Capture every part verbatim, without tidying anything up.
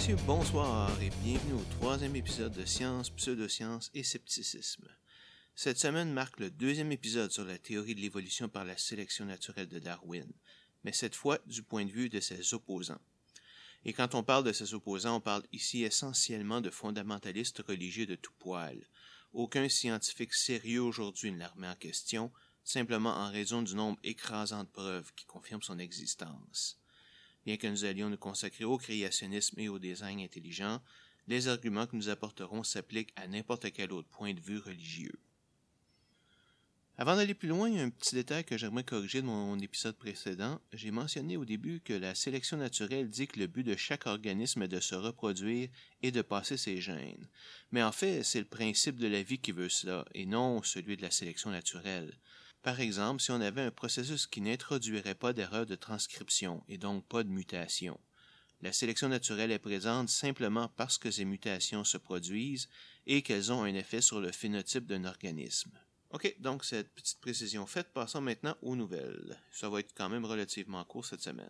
messieurs, bonsoir et bienvenue au troisième épisode de Science, Pseudosciences et Scepticisme. Cette semaine marque le deuxième épisode sur la théorie de l'évolution par la sélection naturelle de Darwin, mais cette fois du point de vue de ses opposants. Et quand on parle de ses opposants, on parle ici essentiellement de fondamentalistes religieux de tout poil. Aucun scientifique sérieux aujourd'hui ne la remet en question, simplement en raison du nombre écrasant de preuves qui confirment son existence. Bien que nous allions nous consacrer au créationnisme et au design intelligent, les arguments que nous apporterons s'appliquent à n'importe quel autre point de vue religieux. Avant d'aller plus loin, un petit détail que j'aimerais corriger de mon épisode précédent. J'ai mentionné au début que la sélection naturelle dit que le but de chaque organisme est de se reproduire et de passer ses gènes. Mais en fait, c'est le principe de la vie qui veut cela, et non celui de la sélection naturelle. Par exemple, si on avait un processus qui n'introduirait pas d'erreur de transcription et donc pas de mutation. La sélection naturelle est présente simplement parce que ces mutations se produisent et qu'elles ont un effet sur le phénotype d'un organisme. Ok, donc cette petite précision faite, passons maintenant aux nouvelles. Ça va être quand même relativement court cette semaine.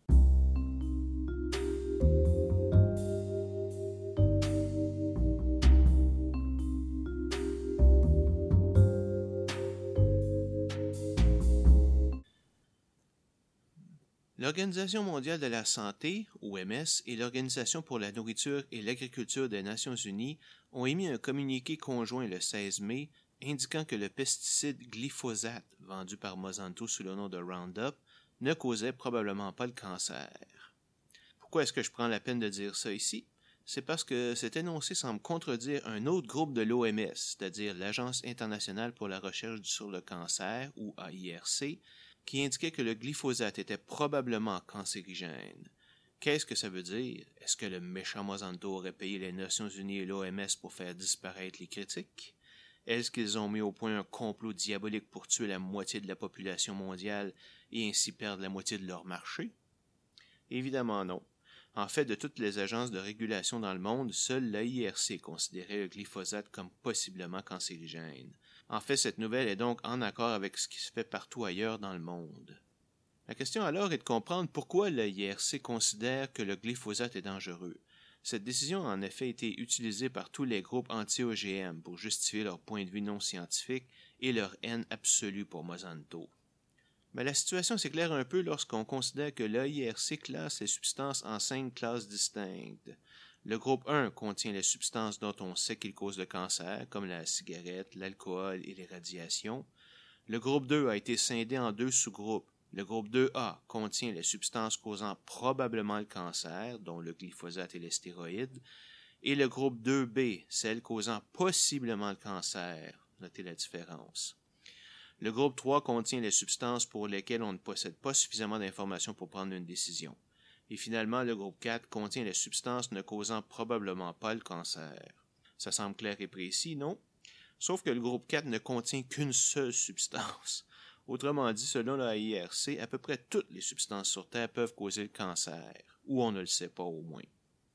L'Organisation mondiale de la santé, O M S, et l'Organisation pour la nourriture et l'agriculture des Nations unies ont émis un communiqué conjoint le seize mai indiquant que le pesticide glyphosate, vendu par Monsanto sous le nom de Roundup, ne causait probablement pas le cancer. Pourquoi est-ce que je prends la peine de dire ça ici? C'est parce que cet énoncé semble contredire un autre groupe de l'O M S, c'est-à-dire l'Agence internationale pour la recherche sur le cancer, ou A I R C, qui indiquait que le glyphosate était probablement cancérigène. Qu'est-ce que ça veut dire? Est-ce que le méchant Monsanto aurait payé les Nations unies et l'O M S pour faire disparaître les critiques? Est-ce qu'ils ont mis au point un complot diabolique pour tuer la moitié de la population mondiale et ainsi perdre la moitié de leur marché? Évidemment non. En fait, de toutes les agences de régulation dans le monde, seule l'A I R C considérait le glyphosate comme possiblement cancérigène. En fait, cette nouvelle est donc en accord avec ce qui se fait partout ailleurs dans le monde. La question alors est de comprendre pourquoi l'A I R C considère que le glyphosate est dangereux. Cette décision a en effet été utilisée par tous les groupes anti-O G M pour justifier leur point de vue non scientifique et leur haine absolue pour Monsanto. Mais la situation s'éclaire un peu lorsqu'on considère que l'A I R C classe les substances en cinq classes distinctes. Le groupe un contient les substances dont on sait qu'ils causent le cancer, comme la cigarette, l'alcool et les radiations. Le groupe deux a été scindé en deux sous-groupes. Le groupe deux A contient les substances causant probablement le cancer, dont le glyphosate et les stéroïdes, et le groupe deux B, celles causant possiblement le cancer. Notez la différence. Le groupe trois contient les substances pour lesquelles on ne possède pas suffisamment d'informations pour prendre une décision. Et finalement, le groupe quatre contient les substances ne causant probablement pas le cancer. Ça semble clair et précis, non? Sauf que le groupe quatre ne contient qu'une seule substance. Autrement dit, selon la A I R C, à peu près toutes les substances sur Terre peuvent causer le cancer, ou on ne le sait pas au moins.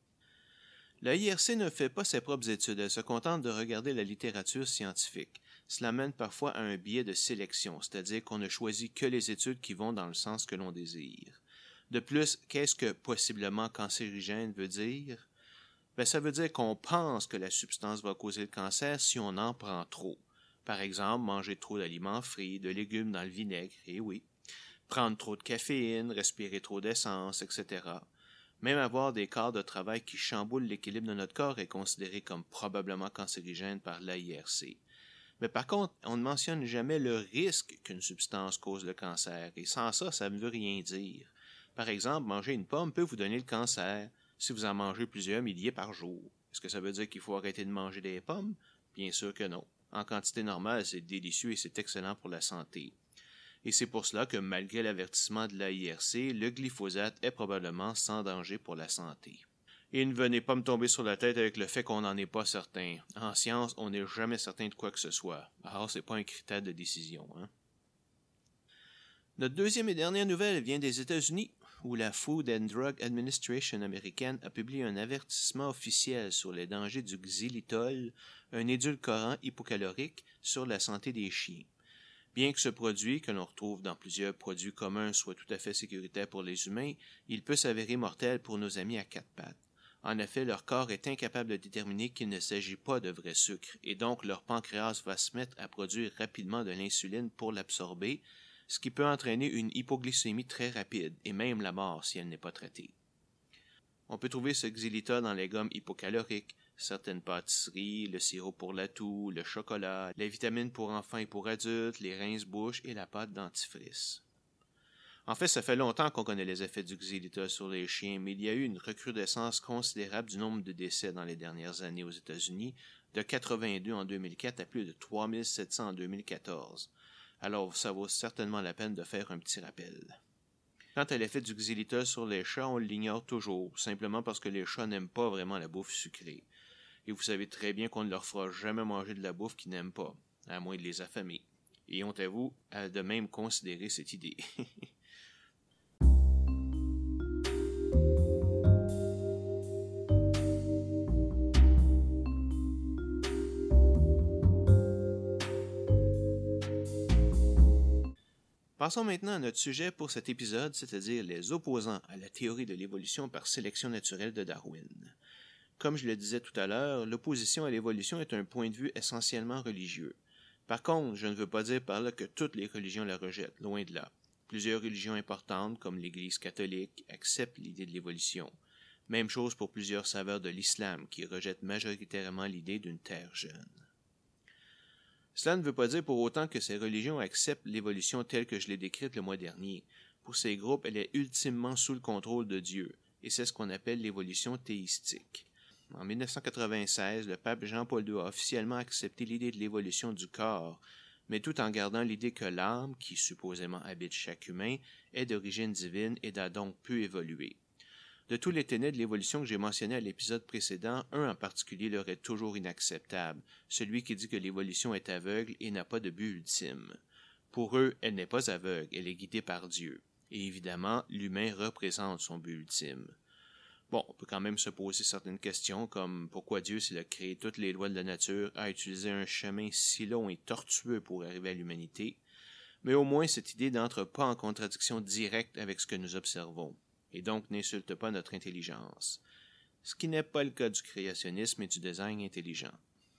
La A I R C ne fait pas ses propres études, elle se contente de regarder la littérature scientifique. Cela mène parfois à un biais de sélection, c'est-à-dire qu'on ne choisit que les études qui vont dans le sens que l'on désire. De plus, qu'est-ce que possiblement cancérigène veut dire? Ben, ça veut dire qu'on pense que la substance va causer le cancer si on en prend trop. Par exemple, manger trop d'aliments frits, de légumes dans le vinaigre, et oui. Prendre trop de caféine, respirer trop d'essence, et cetera. Même avoir des quarts de travail qui chamboulent l'équilibre de notre corps est considéré comme probablement cancérigène par l'A I R C. Mais par contre, on ne mentionne jamais le risque qu'une substance cause le cancer, et sans ça, ça ne veut rien dire. Par exemple, manger une pomme peut vous donner le cancer si vous en mangez plusieurs milliers par jour. Est-ce que ça veut dire qu'il faut arrêter de manger des pommes? Bien sûr que non. En quantité normale, c'est délicieux et c'est excellent pour la santé. Et c'est pour cela que, malgré l'avertissement de l'A I R C, le glyphosate est probablement sans danger pour la santé. Et ne venez pas me tomber sur la tête avec le fait qu'on n'en est pas certain. En science, on n'est jamais certain de quoi que ce soit. Alors, c'est pas un critère de décision, hein? Notre deuxième et dernière nouvelle vient des États-Unis, où la Food and Drug Administration américaine a publié un avertissement officiel sur les dangers du xylitol, un édulcorant hypocalorique, sur la santé des chiens. Bien que ce produit, que l'on retrouve dans plusieurs produits communs, soit tout à fait sécuritaire pour les humains, il peut s'avérer mortel pour nos amis à quatre pattes. En effet, leur corps est incapable de déterminer qu'il ne s'agit pas de vrai sucre, et donc leur pancréas va se mettre à produire rapidement de l'insuline pour l'absorber, ce qui peut entraîner une hypoglycémie très rapide, et même la mort si elle n'est pas traitée. On peut trouver ce xylitol dans les gommes hypocaloriques, certaines pâtisseries, le sirop pour la toux, le chocolat, les vitamines pour enfants et pour adultes, les rince-bouches et la pâte dentifrice. En fait, ça fait longtemps qu'on connaît les effets du xylitol sur les chiens, mais il y a eu une recrudescence considérable du nombre de décès dans les dernières années aux États-Unis, de quatre-vingt-deux en deux mille quatre à plus de trois mille sept cents en deux mille quatorze. Alors, ça vaut certainement la peine de faire un petit rappel. Quant à l'effet du xylitol sur les chats, on l'ignore toujours, simplement parce que les chats n'aiment pas vraiment la bouffe sucrée. Et vous savez très bien qu'on ne leur fera jamais manger de la bouffe qu'ils n'aiment pas, à moins de les affamer. Et honte à vous à de même considérer cette idée. Passons maintenant à notre sujet pour cet épisode, c'est-à-dire les opposants à la théorie de l'évolution par sélection naturelle de Darwin. Comme je le disais tout à l'heure, l'opposition à l'évolution est un point de vue essentiellement religieux. Par contre, je ne veux pas dire par là que toutes les religions la rejettent, loin de là. Plusieurs religions importantes, comme l'Église catholique, acceptent l'idée de l'évolution. Même chose pour plusieurs saveurs de l'islam, qui rejettent majoritairement l'idée d'une terre jeune. Cela ne veut pas dire pour autant que ces religions acceptent l'évolution telle que je l'ai décrite le mois dernier. Pour ces groupes, elle est ultimement sous le contrôle de Dieu, et c'est ce qu'on appelle l'évolution théistique. En mille neuf cent quatre-vingt-seize, le pape Jean-Paul deux a officiellement accepté l'idée de l'évolution du corps, mais tout en gardant l'idée que l'âme, qui supposément habite chaque humain, est d'origine divine et n'a donc pu évoluer. De tous les ténets de l'évolution que j'ai mentionnés à l'épisode précédent, un en particulier leur est toujours inacceptable, celui qui dit que l'évolution est aveugle et n'a pas de but ultime. Pour eux, elle n'est pas aveugle, elle est guidée par Dieu. Et évidemment, l'humain représente son but ultime. Bon, on peut quand même se poser certaines questions, comme pourquoi Dieu, s'il a créé toutes les lois de la nature, a utilisé un chemin si long et tortueux pour arriver à l'humanité, mais au moins cette idée n'entre pas en contradiction directe avec ce que nous observons, et donc n'insulte pas notre intelligence, ce qui n'est pas le cas du créationnisme et du design intelligent.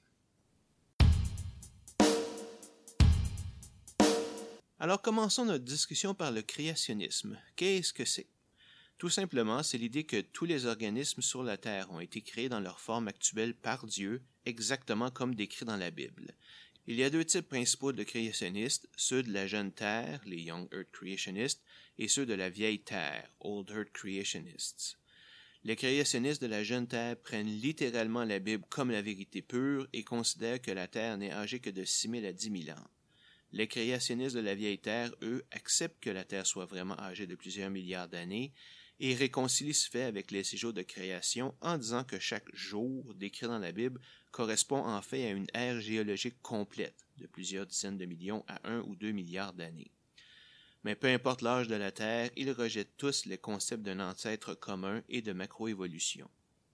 Alors commençons notre discussion par le créationnisme. Qu'est-ce que c'est? Tout simplement, c'est l'idée que tous les organismes sur la Terre ont été créés dans leur forme actuelle par Dieu, exactement comme décrit dans la Bible. Il y a deux types principaux de créationnistes, ceux de la jeune Terre, les Young Earth Creationists, et ceux de la vieille Terre, Old Earth Creationists. Les créationnistes de la jeune Terre prennent littéralement la Bible comme la vérité pure et considèrent que la Terre n'est âgée que de six mille à dix mille ans. Les créationnistes de la vieille Terre, eux, acceptent que la Terre soit vraiment âgée de plusieurs milliards d'années et réconcilient ce fait avec les six jours de création en disant que chaque jour décrit dans la Bible correspond en fait à une ère géologique complète de plusieurs dizaines de millions à un ou deux milliards d'années. Mais peu importe l'âge de la Terre, ils rejettent tous les concepts d'un ancêtre commun et de macroévolution.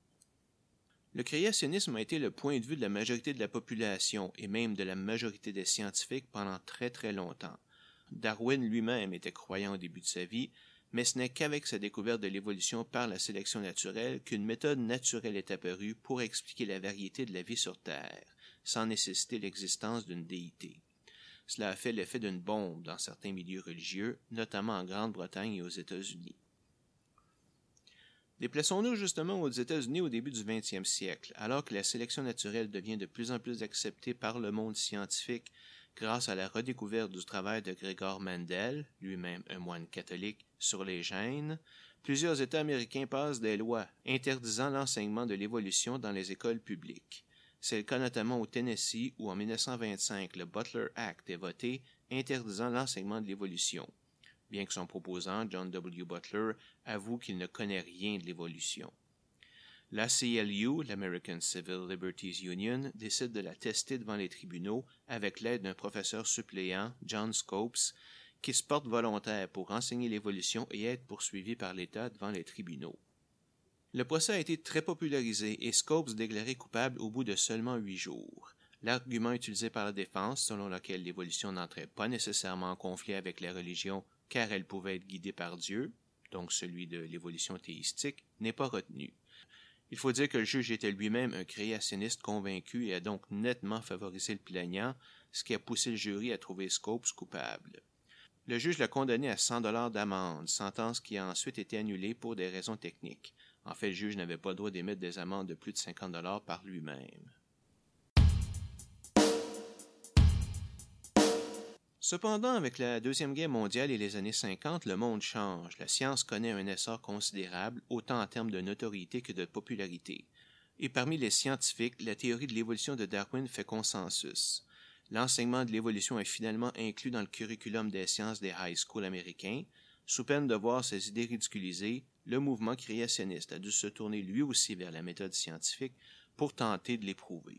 Le créationnisme a été le point de vue de la majorité de la population et même de la majorité des scientifiques pendant très très longtemps. Darwin lui-même était croyant au début de sa vie, mais ce n'est qu'avec sa découverte de l'évolution par la sélection naturelle qu'une méthode naturelle est apparue pour expliquer la variété de la vie sur Terre, sans nécessiter l'existence d'une déité. Cela a fait l'effet d'une bombe dans certains milieux religieux, notamment en Grande-Bretagne et aux États-Unis. Déplaçons-nous justement aux États-Unis au début du vingtième siècle, alors que la sélection naturelle devient de plus en plus acceptée par le monde scientifique grâce à la redécouverte du travail de Gregor Mendel, lui-même un moine catholique, sur les gènes, plusieurs États américains passent des lois interdisant l'enseignement de l'évolution dans les écoles publiques. C'est le cas notamment au Tennessee où en mille neuf cent vingt-cinq, le Butler Act est voté interdisant l'enseignement de l'évolution, bien que son proposant, John W. Butler, avoue qu'il ne connaît rien de l'évolution. L'A C L U, l'American Civil Liberties Union, décide de la tester devant les tribunaux avec l'aide d'un professeur suppléant, John Scopes, qui se porte volontaire pour enseigner l'évolution et être poursuivi par l'État devant les tribunaux. Le procès a été très popularisé et Scopes déclaré coupable au bout de seulement huit jours. L'argument utilisé par la défense, selon lequel l'évolution n'entrait pas nécessairement en conflit avec la religion car elle pouvait être guidée par Dieu, donc celui de l'évolution théistique, n'est pas retenu. Il faut dire que le juge était lui-même un créationniste convaincu et a donc nettement favorisé le plaignant, ce qui a poussé le jury à trouver Scopes coupable. Le juge l'a condamné à cent dollars d'amende, sentence qui a ensuite été annulée pour des raisons techniques. En fait, le juge n'avait pas le droit d'émettre des amendes de plus de cinquante dollars par lui-même. Cependant, avec la Deuxième Guerre mondiale et les années cinquante, le monde change. La science connaît un essor considérable, autant en termes de notoriété que de popularité. Et parmi les scientifiques, la théorie de l'évolution de Darwin fait consensus. L'enseignement de l'évolution est finalement inclus dans le curriculum des sciences des high schools américains. Sous peine de voir ses idées ridiculisées, le mouvement créationniste a dû se tourner lui aussi vers la méthode scientifique pour tenter de l'éprouver.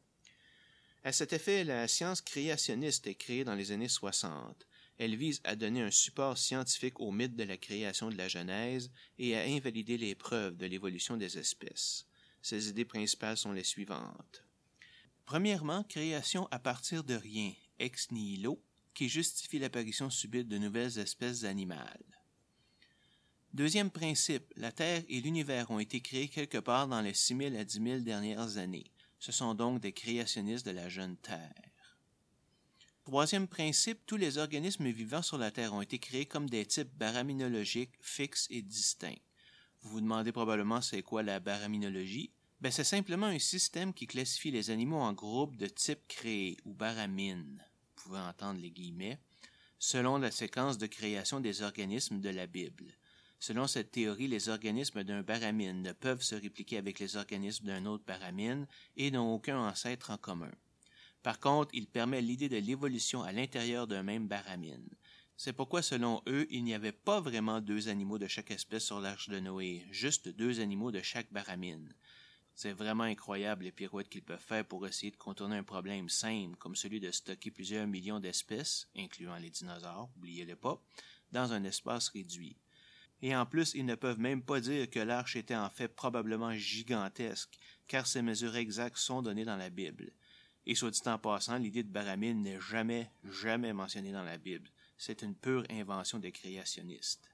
À cet effet, la science créationniste est créée dans les années soixante. Elle vise à donner un support scientifique au mythe de la création de la Genèse et à invalider les preuves de l'évolution des espèces. Ses idées principales sont les suivantes. Premièrement, création à partir de rien, ex nihilo, qui justifie l'apparition subite de nouvelles espèces animales. Deuxième principe, la Terre et l'univers ont été créés quelque part dans les six mille à dix mille dernières années. Ce sont donc des créationnistes de la jeune Terre. Troisième principe, tous les organismes vivants sur la Terre ont été créés comme des types baraminologiques fixes et distincts. Vous vous demandez probablement c'est quoi la baraminologie? Ben, c'est simplement un système qui classifie les animaux en groupes de types créés, ou baramines, vous pouvez entendre les guillemets, selon la séquence de création des organismes de la Bible. Selon cette théorie, les organismes d'un baramine ne peuvent se répliquer avec les organismes d'un autre baramine et n'ont aucun ancêtre en commun. Par contre, il permet l'idée de l'évolution à l'intérieur d'un même baramine. C'est pourquoi, selon eux, il n'y avait pas vraiment deux animaux de chaque espèce sur l'arche de Noé, juste deux animaux de chaque baramine. C'est vraiment incroyable les pirouettes qu'ils peuvent faire pour essayer de contourner un problème simple, comme celui de stocker plusieurs millions d'espèces, incluant les dinosaures, oubliez-le pas, dans un espace réduit. Et en plus, ils ne peuvent même pas dire que l'arche était en fait probablement gigantesque, car ces mesures exactes sont données dans la Bible. Et soit dit en passant, l'idée de baramine n'est jamais, jamais mentionnée dans la Bible. C'est une pure invention des créationnistes.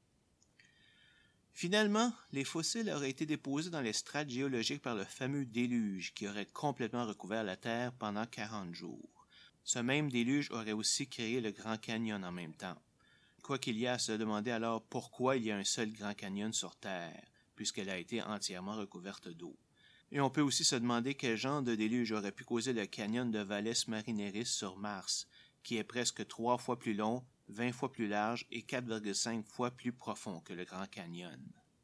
Finalement, les fossiles auraient été déposés dans les strates géologiques par le fameux déluge qui aurait complètement recouvert la Terre pendant quarante jours. Ce même déluge aurait aussi créé le Grand Canyon en même temps. Quoi qu'il y a à se demander alors pourquoi il y a un seul Grand Canyon sur Terre, puisqu'elle a été entièrement recouverte d'eau. Et on peut aussi se demander quel genre de déluge aurait pu causer le canyon de Valles Marineris sur Mars, qui est presque trois fois plus long, vingt fois plus large et quatre virgule cinq fois plus profond que le Grand Canyon.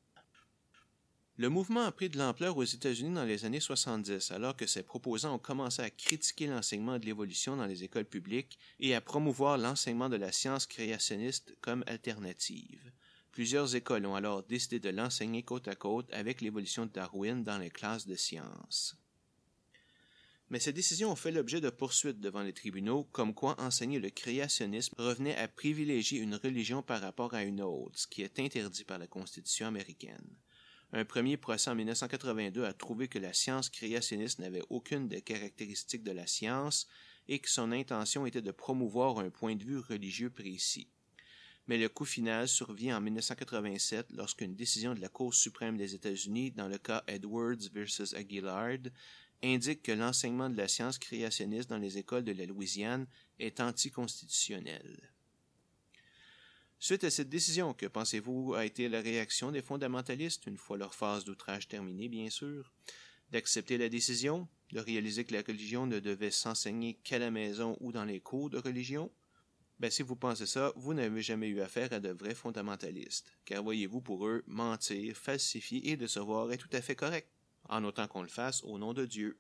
Le mouvement a pris de l'ampleur aux États-Unis dans les années soixante-dix, alors que ses proposants ont commencé à critiquer l'enseignement de l'évolution dans les écoles publiques et à promouvoir l'enseignement de la science créationniste comme alternative. Plusieurs écoles ont alors décidé de l'enseigner côte à côte avec l'évolution de Darwin dans les classes de sciences. Mais ces décisions ont fait l'objet de poursuites devant les tribunaux, comme quoi enseigner le créationnisme revenait à privilégier une religion par rapport à une autre, ce qui est interdit par la Constitution américaine. Un premier procès en dix-neuf cent quatre-vingt-deux a trouvé que la science créationniste n'avait aucune des caractéristiques de la science et que son intention était de promouvoir un point de vue religieux précis. Mais le coup final survient en dix-neuf cent quatre-vingt-sept lorsqu'une décision de la Cour suprême des États-Unis dans le cas Edwards versus Aguillard indique que l'enseignement de la science créationniste dans les écoles de la Louisiane est anticonstitutionnel. Suite à cette décision, que pensez-vous a été la réaction des fondamentalistes, une fois leur phase d'outrage terminée, bien sûr? D'accepter la décision, de réaliser que la religion ne devait s'enseigner qu'à la maison ou dans les cours de religion? Ben, si vous pensez ça, vous n'avez jamais eu affaire à de vrais fondamentalistes, car voyez-vous, pour eux, mentir, falsifier et décevoir est tout à fait correct, en autant qu'on le fasse au nom de Dieu.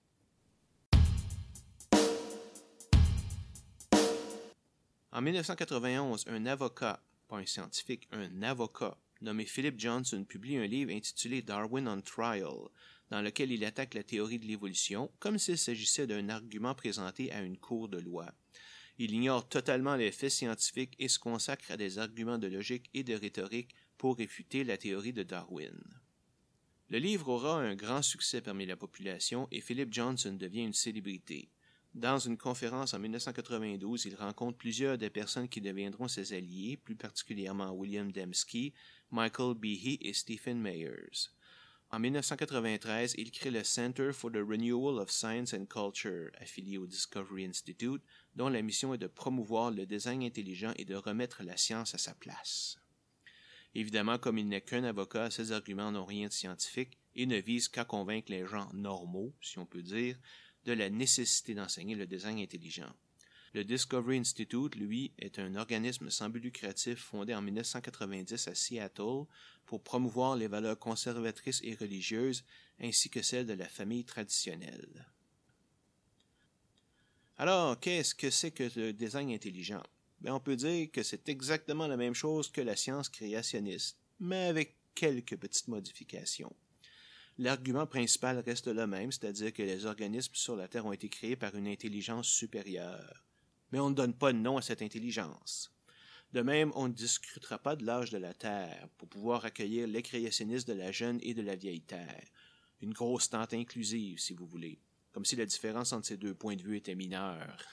En dix-neuf cent quatre-vingt-onze, un avocat, pas un scientifique, un avocat, nommé Philip Johnson, publie un livre intitulé Darwin on Trial, dans lequel il attaque la théorie de l'évolution, comme s'il s'agissait d'un argument présenté à une cour de loi. Il ignore totalement les faits scientifiques et se consacre à des arguments de logique et de rhétorique pour réfuter la théorie de Darwin. Le livre aura un grand succès parmi la population et Philip Johnson devient une célébrité. Dans une conférence en dix-neuf cent quatre-vingt-douze, il rencontre plusieurs des personnes qui deviendront ses alliés, plus particulièrement William Dembski, Michael Behe et Stephen Myers. En mille neuf cent quatre-vingt-treize, il crée le Center for the Renewal of Science and Culture, affilié au Discovery Institute, dont la mission est de promouvoir le design intelligent et de remettre la science à sa place. Évidemment, comme il n'est qu'un avocat, ses arguments n'ont rien de scientifique et ne visent qu'à convaincre les gens normaux, si on peut dire, de la nécessité d'enseigner le design intelligent. Le Discovery Institute, lui, est un organisme sans but lucratif fondé en mille neuf cent quatre-vingt-dix à Seattle pour promouvoir les valeurs conservatrices et religieuses ainsi que celles de la famille traditionnelle. Alors, qu'est-ce que c'est que le design intelligent? Bien, on peut dire que c'est exactement la même chose que la science créationniste, mais avec quelques petites modifications. L'argument principal reste le même, c'est-à-dire que les organismes sur la Terre ont été créés par une intelligence supérieure. Mais on ne donne pas de nom à cette intelligence. De même, on ne discutera pas de l'âge de la Terre pour pouvoir accueillir les créationnistes de la jeune et de la vieille Terre. Une grosse tente inclusive, si vous voulez, comme si la différence entre ces deux points de vue était mineure.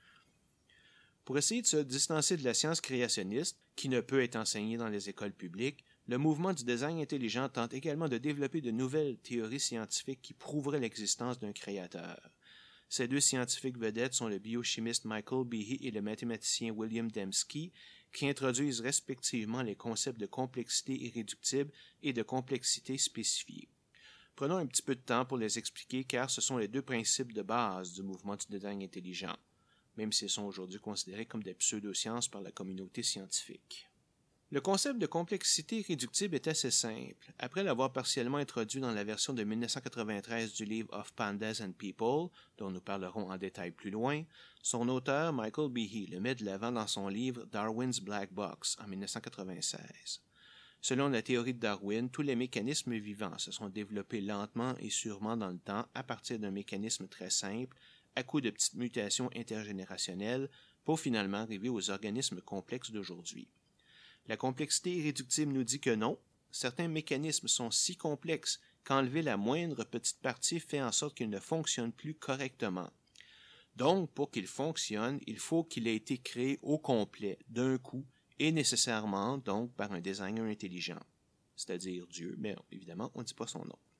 Pour essayer de se distancer de la science créationniste, qui ne peut être enseignée dans les écoles publiques, le mouvement du design intelligent tente également de développer de nouvelles théories scientifiques qui prouveraient l'existence d'un créateur. Ces deux scientifiques vedettes sont le biochimiste Michael Behe et le mathématicien William Dembski, qui introduisent respectivement les concepts de complexité irréductible et de complexité spécifiée. Prenons un petit peu de temps pour les expliquer car ce sont les deux principes de base du mouvement du design intelligent, même s'ils sont aujourd'hui considérés comme des pseudosciences par la communauté scientifique. Le concept de complexité irréductible est assez simple. Après l'avoir partiellement introduit dans la version de mille neuf cent quatre-vingt-treize du livre Of Pandas and People, dont nous parlerons en détail plus loin, son auteur, Michael Behe, le met de l'avant dans son livre Darwin's Black Box en mille neuf cent quatre-vingt-seize. Selon la théorie de Darwin, tous les mécanismes vivants se sont développés lentement et sûrement dans le temps à partir d'un mécanisme très simple, à coup de petites mutations intergénérationnelles, pour finalement arriver aux organismes complexes d'aujourd'hui. La complexité irréductible nous dit que non, certains mécanismes sont si complexes qu'enlever la moindre petite partie fait en sorte qu'ils ne fonctionnent plus correctement. Donc, pour qu'ils fonctionnent, il faut qu'il ait été créé au complet, d'un coup, et nécessairement donc par un designer intelligent, c'est-à-dire Dieu, mais évidemment, on ne dit pas son nom.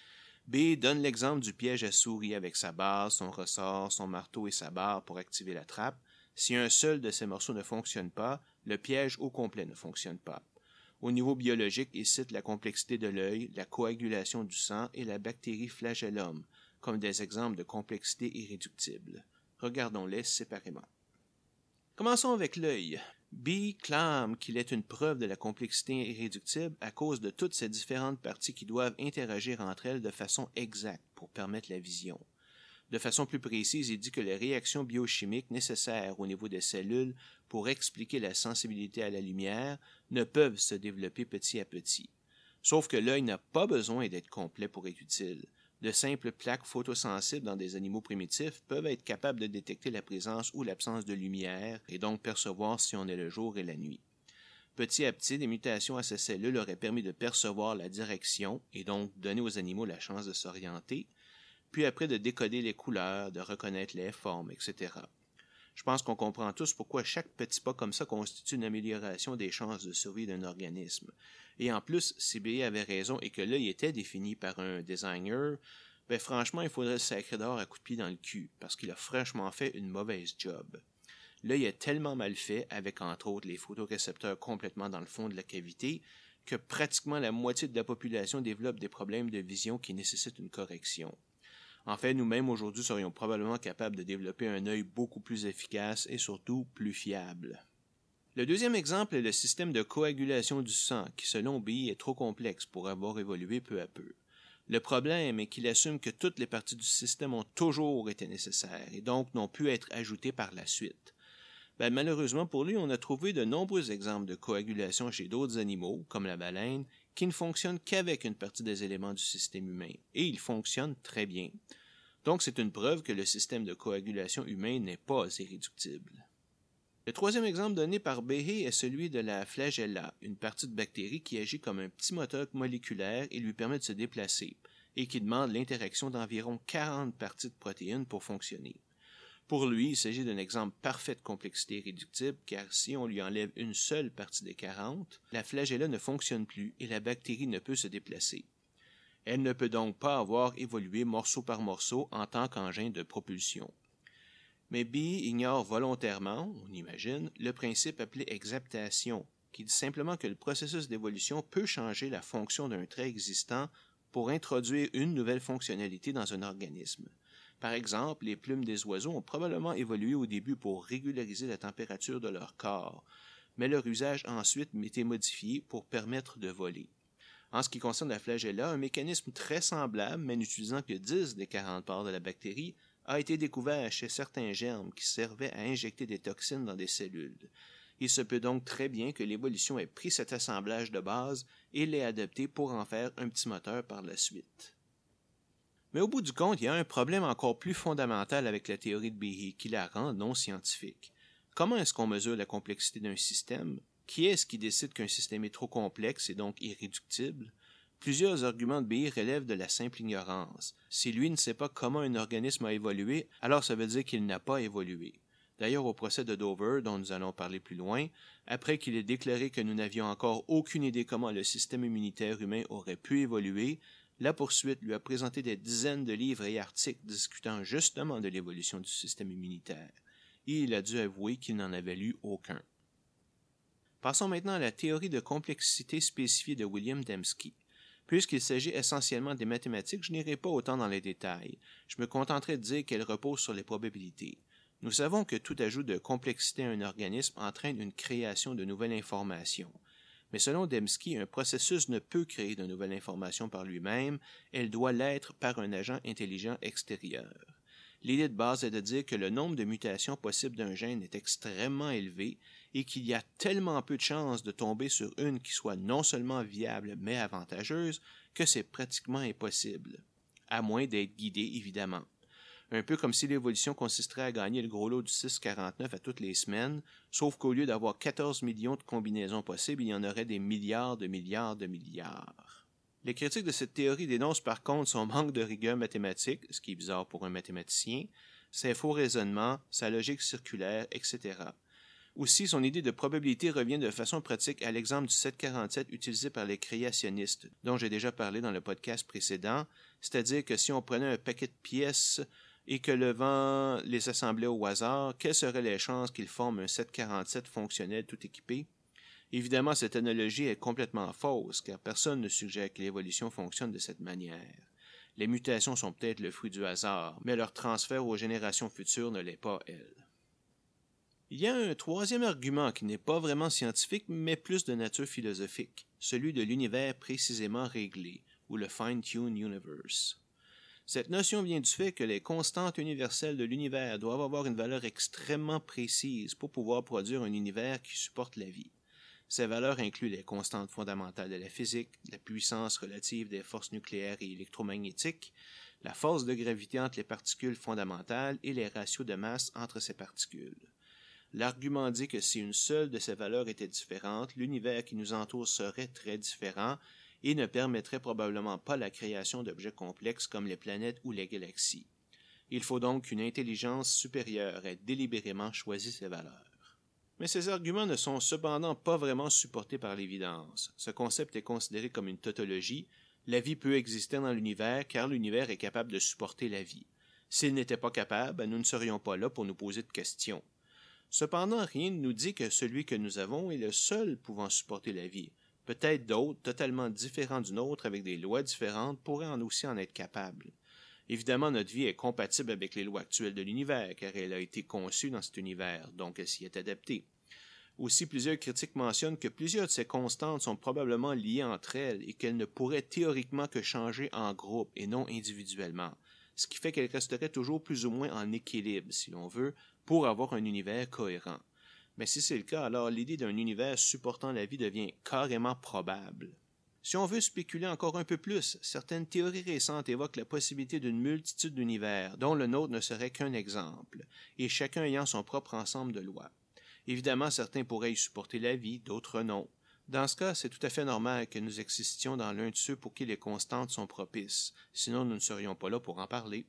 B donne l'exemple du piège à souris avec sa base, son ressort, son marteau et sa barre pour activer la trappe. Si un seul de ces morceaux ne fonctionne pas, le piège au complet ne fonctionne pas. Au niveau biologique, il cite la complexité de l'œil, la coagulation du sang et la bactérie flagellum comme des exemples de complexité irréductible. Regardons-les séparément. Commençons avec l'œil. B clame qu'il est une preuve de la complexité irréductible à cause de toutes ces différentes parties qui doivent interagir entre elles de façon exacte pour permettre la vision. De façon plus précise, il dit que les réactions biochimiques nécessaires au niveau des cellules pour expliquer la sensibilité à la lumière ne peuvent se développer petit à petit. Sauf que l'œil n'a pas besoin d'être complet pour être utile. De simples plaques photosensibles dans des animaux primitifs peuvent être capables de détecter la présence ou l'absence de lumière et donc percevoir si on est le jour et la nuit. Petit à petit, des mutations à ces cellules auraient permis de percevoir la direction et donc donner aux animaux la chance de s'orienter, puis après de décoder les couleurs, de reconnaître les formes, et cetera. Je pense qu'on comprend tous pourquoi chaque petit pas comme ça constitue une amélioration des chances de survie d'un organisme. Et en plus, si B avait raison et que l'œil était défini par un designer, ben franchement, il faudrait le sacrer d'or à coups de pied dans le cul, parce qu'il a franchement fait une mauvaise job. L'œil est tellement mal fait, avec entre autres les photorécepteurs complètement dans le fond de la cavité, que pratiquement la moitié de la population développe des problèmes de vision qui nécessitent une correction. En fait, nous-mêmes aujourd'hui serions probablement capables de développer un œil beaucoup plus efficace et surtout plus fiable. Le deuxième exemple est le système de coagulation du sang, qui selon B est trop complexe pour avoir évolué peu à peu. Le problème est qu'il assume que toutes les parties du système ont toujours été nécessaires et donc n'ont pu être ajoutées par la suite. Ben, malheureusement pour lui, on a trouvé de nombreux exemples de coagulation chez d'autres animaux, comme la baleine, qui ne fonctionnent qu'avec une partie des éléments du système humain, et ils fonctionnent très bien. Donc c'est une preuve que le système de coagulation humain n'est pas irréductible. Le troisième exemple donné par Behe est celui de la flagella, une partie de bactérie qui agit comme un petit moteur moléculaire et lui permet de se déplacer, et qui demande l'interaction d'environ quarante parties de protéines pour fonctionner. Pour lui, il s'agit d'un exemple parfait de complexité irréductible, car si on lui enlève une seule partie des quarante, la flagella ne fonctionne plus et la bactérie ne peut se déplacer. Elle ne peut donc pas avoir évolué morceau par morceau en tant qu'engin de propulsion. Mais Bee ignore volontairement, on imagine, le principe appelé exaptation, qui dit simplement que le processus d'évolution peut changer la fonction d'un trait existant pour introduire une nouvelle fonctionnalité dans un organisme. Par exemple, les plumes des oiseaux ont probablement évolué au début pour régulariser la température de leur corps, mais leur usage a ensuite été modifié pour permettre de voler. En ce qui concerne la flagella, un mécanisme très semblable, mais n'utilisant que dix des quarante parts de la bactérie, a été découvert chez certains germes qui servaient à injecter des toxines dans des cellules. Il se peut donc très bien que l'évolution ait pris cet assemblage de base et l'ait adapté pour en faire un petit moteur par la suite. Mais au bout du compte, il y a un problème encore plus fondamental avec la théorie de Behe qui la rend non scientifique. Comment est-ce qu'on mesure la complexité d'un système? Qui est-ce qui décide qu'un système est trop complexe et donc irréductible? Plusieurs arguments de Behe relèvent de la simple ignorance. Si lui ne sait pas comment un organisme a évolué, alors ça veut dire qu'il n'a pas évolué. D'ailleurs, au procès de Dover, dont nous allons parler plus loin, après qu'il ait déclaré que nous n'avions encore aucune idée comment le système immunitaire humain aurait pu évoluer, la poursuite lui a présenté des dizaines de livres et articles discutant justement de l'évolution du système immunitaire, et il a dû avouer qu'il n'en avait lu aucun. Passons maintenant à la théorie de complexité spécifiée de William Dembski. Puisqu'il s'agit essentiellement des mathématiques, je n'irai pas autant dans les détails. Je me contenterai de dire qu'elle repose sur les probabilités. Nous savons que tout ajout de complexité à un organisme entraîne une création de nouvelles informations. Mais selon Dembski, un processus ne peut créer de nouvelles informations par lui-même, elle doit l'être par un agent intelligent extérieur. L'idée de base est de dire que le nombre de mutations possibles d'un gène est extrêmement élevé et qu'il y a tellement peu de chances de tomber sur une qui soit non seulement viable mais avantageuse que c'est pratiquement impossible, à moins d'être guidé évidemment. Un peu comme si l'évolution consisterait à gagner le gros lot du six quarante-neuf à toutes les semaines, sauf qu'au lieu d'avoir quatorze millions de combinaisons possibles, il y en aurait des milliards de milliards de milliards. Les critiques de cette théorie dénoncent par contre son manque de rigueur mathématique, ce qui est bizarre pour un mathématicien, ses faux raisonnements, sa logique circulaire, et cetera. Aussi, son idée de probabilité revient de façon pratique à l'exemple du sept quarante-sept utilisé par les créationnistes, dont j'ai déjà parlé dans le podcast précédent, c'est-à-dire que si on prenait un paquet de pièces et que le vent les assemblait au hasard, quelles seraient les chances qu'ils forment un sept quarante-sept fonctionnel tout équipé? Évidemment, cette analogie est complètement fausse, car personne ne suggère que l'évolution fonctionne de cette manière. Les mutations sont peut-être le fruit du hasard, mais leur transfert aux générations futures ne l'est pas, elles. Il y a un troisième argument qui n'est pas vraiment scientifique, mais plus de nature philosophique, celui de l'univers précisément réglé, ou le fine-tuned universe. Cette notion vient du fait que les constantes universelles de l'univers doivent avoir une valeur extrêmement précise pour pouvoir produire un univers qui supporte la vie. Ces valeurs incluent les constantes fondamentales de la physique, la puissance relative des forces nucléaires et électromagnétiques, la force de gravité entre les particules fondamentales et les ratios de masse entre ces particules. L'argument dit que si une seule de ces valeurs était différente, l'univers qui nous entoure serait très différent et ne permettrait probablement pas la création d'objets complexes comme les planètes ou les galaxies. Il faut donc qu'une intelligence supérieure ait délibérément choisi ces valeurs. Mais ces arguments ne sont cependant pas vraiment supportés par l'évidence. Ce concept est considéré comme une tautologie. La vie peut exister dans l'univers car l'univers est capable de supporter la vie. S'il n'était pas capable, nous ne serions pas là pour nous poser de questions. Cependant, rien ne nous dit que celui que nous avons est le seul pouvant supporter la vie. Peut-être d'autres, totalement différents du nôtre, avec des lois différentes, pourraient en aussi en être capables. Évidemment, notre vie est compatible avec les lois actuelles de l'univers, car elle a été conçue dans cet univers, donc elle s'y est adaptée. Aussi, plusieurs critiques mentionnent que plusieurs de ces constantes sont probablement liées entre elles et qu'elles ne pourraient théoriquement que changer en groupe et non individuellement, ce qui fait qu'elles resteraient toujours plus ou moins en équilibre, si l'on veut, pour avoir un univers cohérent. Mais si c'est le cas, alors l'idée d'un univers supportant la vie devient carrément probable. Si on veut spéculer encore un peu plus, certaines théories récentes évoquent la possibilité d'une multitude d'univers, dont le nôtre ne serait qu'un exemple, et chacun ayant son propre ensemble de lois. Évidemment, certains pourraient y supporter la vie, d'autres non. Dans ce cas, c'est tout à fait normal que nous existions dans l'un de ceux pour qui les constantes sont propices, sinon nous ne serions pas là pour en parler.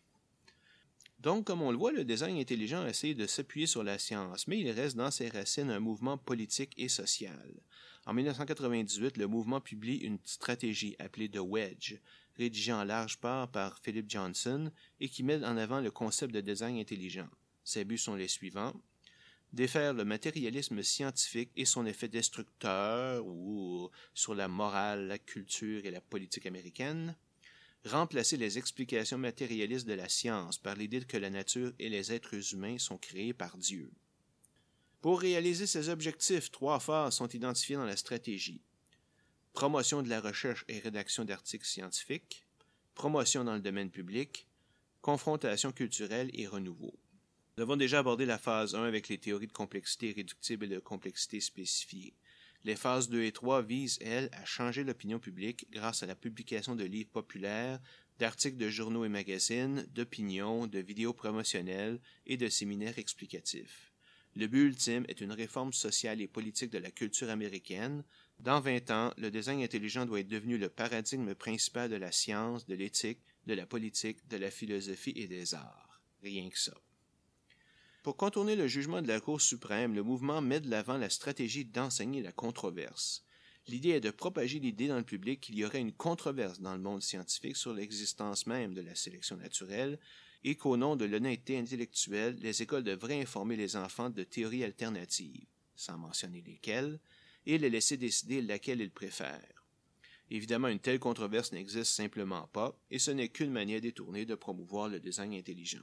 Donc, comme on le voit, le design intelligent essaie de s'appuyer sur la science, mais il reste dans ses racines un mouvement politique et social. En dix-neuf cent quatre-vingt-dix-huit, le mouvement publie une stratégie appelée The Wedge, rédigée en large part par Philip Johnson et qui met en avant le concept de design intelligent. Ses buts sont les suivants. Défaire le matérialisme scientifique et son effet destructeur ou sur la morale, la culture et la politique américaine. Remplacer les explications matérialistes de la science par l'idée que la nature et les êtres humains sont créés par Dieu. Pour réaliser ces objectifs, trois phases sont identifiées dans la stratégie. Promotion de la recherche et rédaction d'articles scientifiques, promotion dans le domaine public, confrontation culturelle et renouveau. Nous avons déjà abordé la phase un avec les théories de complexité réductible et de complexité spécifiée. Les phases deux et trois visent, elles, à changer l'opinion publique grâce à la publication de livres populaires, d'articles de journaux et magazines, d'opinions, de vidéos promotionnelles et de séminaires explicatifs. Le but ultime est une réforme sociale et politique de la culture américaine. Dans vingt ans, le design intelligent doit être devenu le paradigme principal de la science, de l'éthique, de la politique, de la philosophie et des arts. Rien que ça. Pour contourner le jugement de la Cour suprême, le mouvement met de l'avant la stratégie d'enseigner la controverse. L'idée est de propager l'idée dans le public qu'il y aurait une controverse dans le monde scientifique sur l'existence même de la sélection naturelle et qu'au nom de l'honnêteté intellectuelle, les écoles devraient informer les enfants de théories alternatives, sans mentionner lesquelles, et les laisser décider laquelle ils préfèrent. Évidemment, une telle controverse n'existe simplement pas, et ce n'est qu'une manière détournée de promouvoir le design intelligent.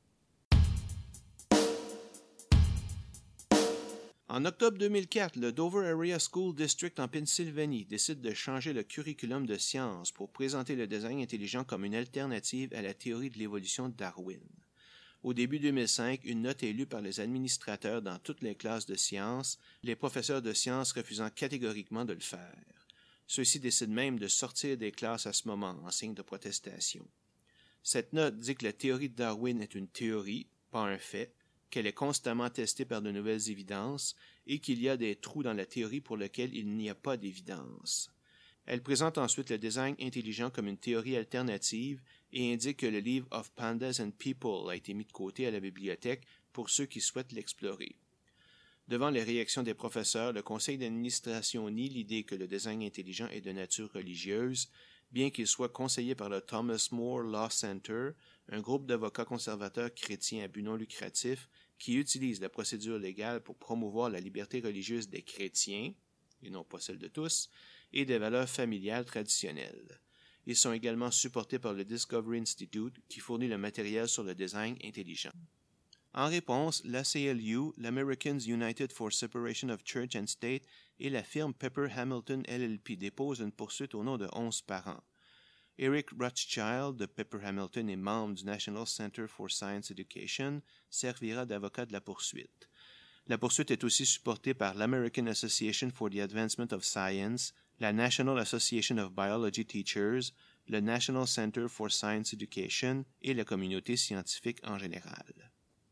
En octobre deux mille quatre, le Dover Area School District en Pennsylvanie décide de changer le curriculum de sciences pour présenter le design intelligent comme une alternative à la théorie de l'évolution de Darwin. Au début deux mille cinq, une note est lue par les administrateurs dans toutes les classes de sciences, les professeurs de sciences refusant catégoriquement de le faire. Ceux-ci décident même de sortir des classes à ce moment en signe de protestation. Cette note dit que la théorie de Darwin est une théorie, pas un fait, qu'elle est constamment testée par de nouvelles évidences et qu'il y a des trous dans la théorie pour lesquels il n'y a pas d'évidence. Elle présente ensuite le design intelligent comme une théorie alternative et indique que le livre Of Pandas and People a été mis de côté à la bibliothèque pour ceux qui souhaitent l'explorer. Devant les réactions des professeurs, le conseil d'administration nie l'idée que le design intelligent est de nature religieuse, bien qu'il soit conseillé par le Thomas More Law Center, un groupe d'avocats conservateurs chrétiens à but non lucratif qui utilise la procédure légale pour promouvoir la liberté religieuse des chrétiens, et non pas celle de tous, et des valeurs familiales traditionnelles. Ils sont également supportés par le Discovery Institute qui fournit le matériel sur le design intelligent. En réponse, l'A C L U, l'Americans United for Separation of Church and State et la firme Pepper Hamilton L L P déposent une poursuite au nom de onze parents. Eric Rothschild de Pepper Hamilton et membre du National Center for Science Education servira d'avocat de la poursuite. La poursuite est aussi supportée par l'American Association for the Advancement of Science, la National Association of Biology Teachers, le National Center for Science Education et la communauté scientifique en général.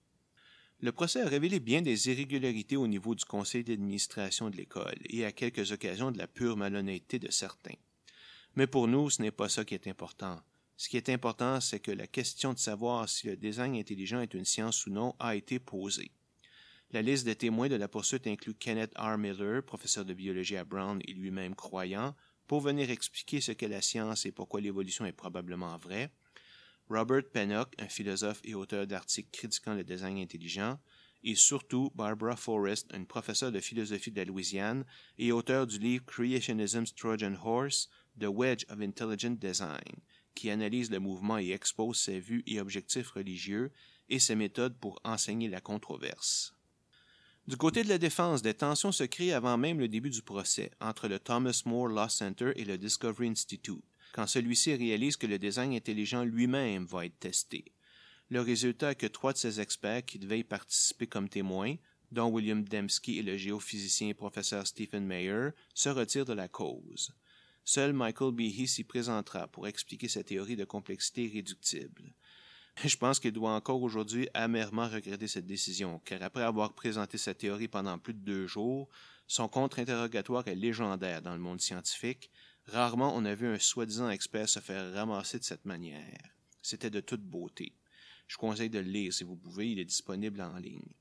Le procès a révélé bien des irrégularités au niveau du conseil d'administration de l'école et à quelques occasions de la pure malhonnêteté de certains. Mais pour nous, ce n'est pas ça qui est important. Ce qui est important, c'est que la question de savoir si le design intelligent est une science ou non a été posée. La liste des témoins de la poursuite inclut Kenneth R. Miller, professeur de biologie à Brown et lui-même croyant, pour venir expliquer ce qu'est la science et pourquoi l'évolution est probablement vraie, Robert Pennock, un philosophe et auteur d'articles critiquant le design intelligent, et surtout Barbara Forrest, une professeure de philosophie de la Louisiane et auteur du livre Creationism's Trojan Horse, The Wedge of Intelligent Design, qui analyse le mouvement et expose ses vues et objectifs religieux et ses méthodes pour enseigner la controverse. Du côté de la défense, des tensions se créent avant même le début du procès entre le Thomas More Law Center et le Discovery Institute, quand celui-ci réalise que le design intelligent lui-même va être testé. Le résultat est que trois de ces experts qui devaient y participer comme témoins, dont William Dembski et le géophysicien et professeur Stephen Mayer, se retirent de la cause. Seul Michael Behe s'y présentera pour expliquer sa théorie de complexité réductible. Je pense qu'il doit encore aujourd'hui amèrement regretter cette décision, car après avoir présenté sa théorie pendant plus de deux jours, son contre-interrogatoire est légendaire dans le monde scientifique. Rarement on a vu un soi-disant expert se faire ramasser de cette manière. C'était de toute beauté. Je vous conseille de le lire si vous pouvez, il est disponible en ligne.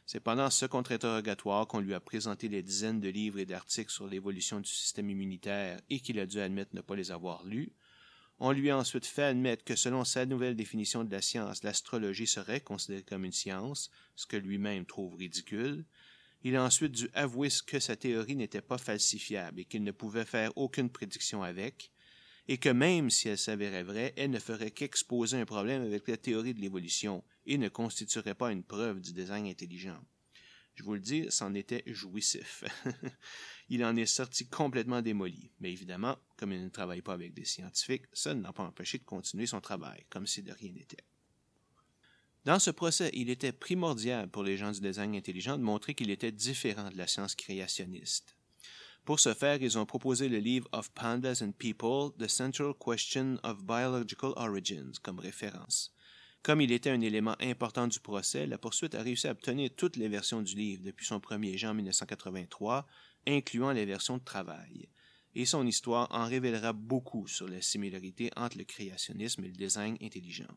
C'est pendant ce contre-interrogatoire qu'on lui a présenté des dizaines de livres et d'articles sur l'évolution du système immunitaire et qu'il a dû admettre ne pas les avoir lus. On lui a ensuite fait admettre que selon sa nouvelle définition de la science, l'astrologie serait considérée comme une science, ce que lui-même trouve ridicule. Il a ensuite dû avouer que sa théorie n'était pas falsifiable et qu'il ne pouvait faire aucune prédiction avec, et que même si elle s'avérait vraie, elle ne ferait qu'exposer un problème avec la théorie de l'évolution et ne constituerait pas une preuve du design intelligent. Je vous le dis, c'en était jouissif. Il en est sorti complètement démoli, mais évidemment, comme il ne travaille pas avec des scientifiques, ça ne l'a pas empêché de continuer son travail, comme si de rien n'était. Dans ce procès, il était primordial pour les gens du design intelligent de montrer qu'il était différent de la science créationniste. Pour ce faire, ils ont proposé le livre Of Pandas and People, The Central Question of Biological Origins comme référence. Comme il était un élément important du procès, la poursuite a réussi à obtenir toutes les versions du livre depuis son premier jet en mille neuf cent quatre-vingt-trois, incluant les versions de travail. Et son histoire en révélera beaucoup sur la similarité entre le créationnisme et le design intelligent.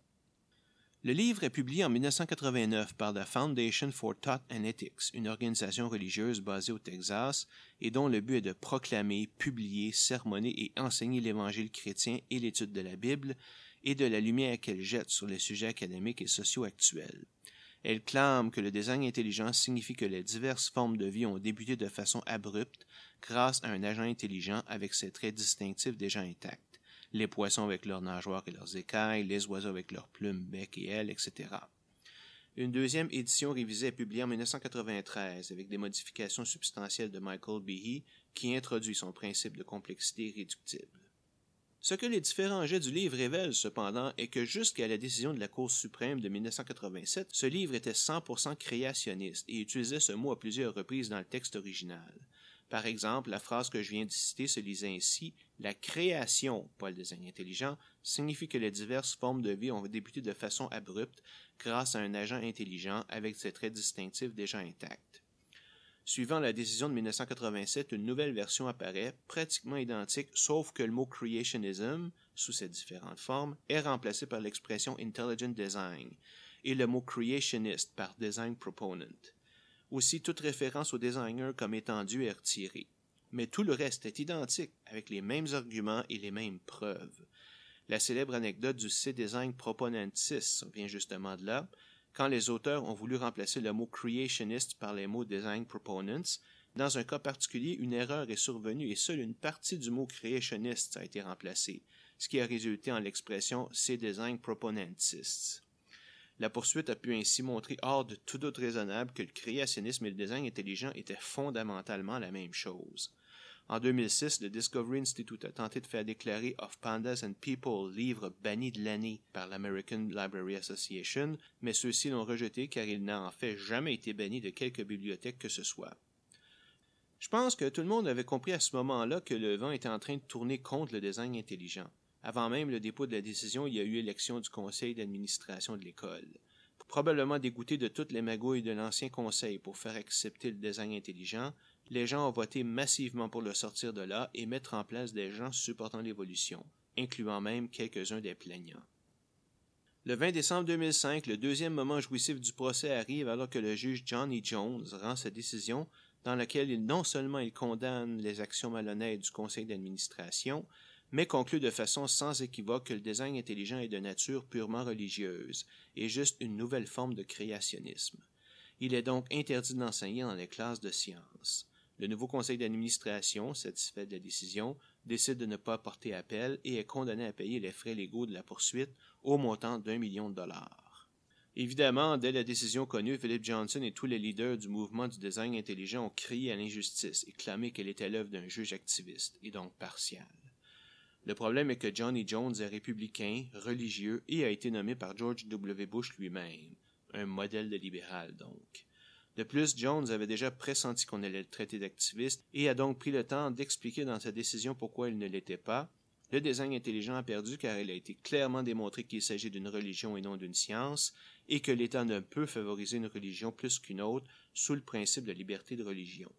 Le livre est publié en mille neuf cent quatre-vingt-neuf par la Foundation for Thought and Ethics, une organisation religieuse basée au Texas et dont le but est de proclamer, publier, sermonner et enseigner l'Évangile chrétien et l'étude de la Bible et de la lumière qu'elle jette sur les sujets académiques et sociaux actuels. Elle clame que le design intelligent signifie que les diverses formes de vie ont débuté de façon abrupte grâce à un agent intelligent avec ses traits distinctifs déjà intacts. Les poissons avec leurs nageoires et leurs écailles, les oiseaux avec leurs plumes, becs et ailes, et cetera. Une deuxième édition révisée est publiée en mille neuf cent quatre-vingt-treize avec des modifications substantielles de Michael Behe qui introduit son principe de complexité irréductible. Ce que les différents jets du livre révèlent cependant est que jusqu'à la décision de la Cour suprême de mille neuf cent quatre-vingt-sept, ce livre était cent pour cent créationniste et utilisait ce mot à plusieurs reprises dans le texte original. Par exemple, la phrase que je viens de citer se lisait ainsi « La création, pas le design intelligent, signifie que les diverses formes de vie ont débuté de façon abrupte grâce à un agent intelligent avec ses traits distinctifs déjà intacts. » Suivant la décision de mille neuf cent quatre-vingt-sept, une nouvelle version apparaît, pratiquement identique, sauf que le mot « creationism », sous ses différentes formes, est remplacé par l'expression « intelligent design » et le mot « creationist » par « design proponent ». Aussi, toute référence au designer comme étant due est retirée. Mais tout le reste est identique, avec les mêmes arguments et les mêmes preuves. La célèbre anecdote du C-Design Proponentis vient justement de là, quand les auteurs ont voulu remplacer le mot « creationist » par les mots « design proponents », dans un cas particulier, une erreur est survenue et seule une partie du mot « creationist » a été remplacée, ce qui a résulté en l'expression « C-Design Proponentis ». La poursuite a pu ainsi montrer hors de tout doute raisonnable que le créationnisme et le design intelligent étaient fondamentalement la même chose. En deux mille six, le Discovery Institute a tenté de faire déclarer Of Pandas and People, livre banni de l'année par l'American Library Association, mais ceux-ci l'ont rejeté car il n'a en fait jamais été banni de quelque bibliothèque que ce soit. Je pense que tout le monde avait compris à ce moment-là que le vent était en train de tourner contre le design intelligent. Avant même le dépôt de la décision, il y a eu élection du conseil d'administration de l'école. Probablement dégoûtés de toutes les magouilles de l'ancien conseil pour faire accepter le design intelligent, les gens ont voté massivement pour le sortir de là et mettre en place des gens supportant l'évolution, incluant même quelques-uns des plaignants. Le vingt décembre deux mille cinq, le deuxième moment jouissif du procès arrive alors que le juge Johnny Jones rend sa décision dans laquelle il, non seulement il condamne les actions malhonnêtes du conseil d'administration, mais conclut de façon sans équivoque que le design intelligent est de nature purement religieuse et juste une nouvelle forme de créationnisme. Il est donc interdit d'enseigner dans les classes de sciences. Le nouveau conseil d'administration, satisfait de la décision, décide de ne pas porter appel et est condamné à payer les frais légaux de la poursuite au montant d'un million de dollars. Évidemment, dès la décision connue, Philip Johnson et tous les leaders du mouvement du design intelligent ont crié à l'injustice et clamé qu'elle était l'œuvre d'un juge activiste et donc partial. Le problème est que Johnny Jones est républicain, religieux et a été nommé par George W. Bush lui-même, un modèle de libéral donc. De plus, Jones avait déjà pressenti qu'on allait le traiter d'activiste et a donc pris le temps d'expliquer dans sa décision pourquoi il ne l'était pas. Le design intelligent a perdu car il a été clairement démontré qu'il s'agit d'une religion et non d'une science et que l'État ne peut favoriser une religion plus qu'une autre sous le principe de liberté de religion.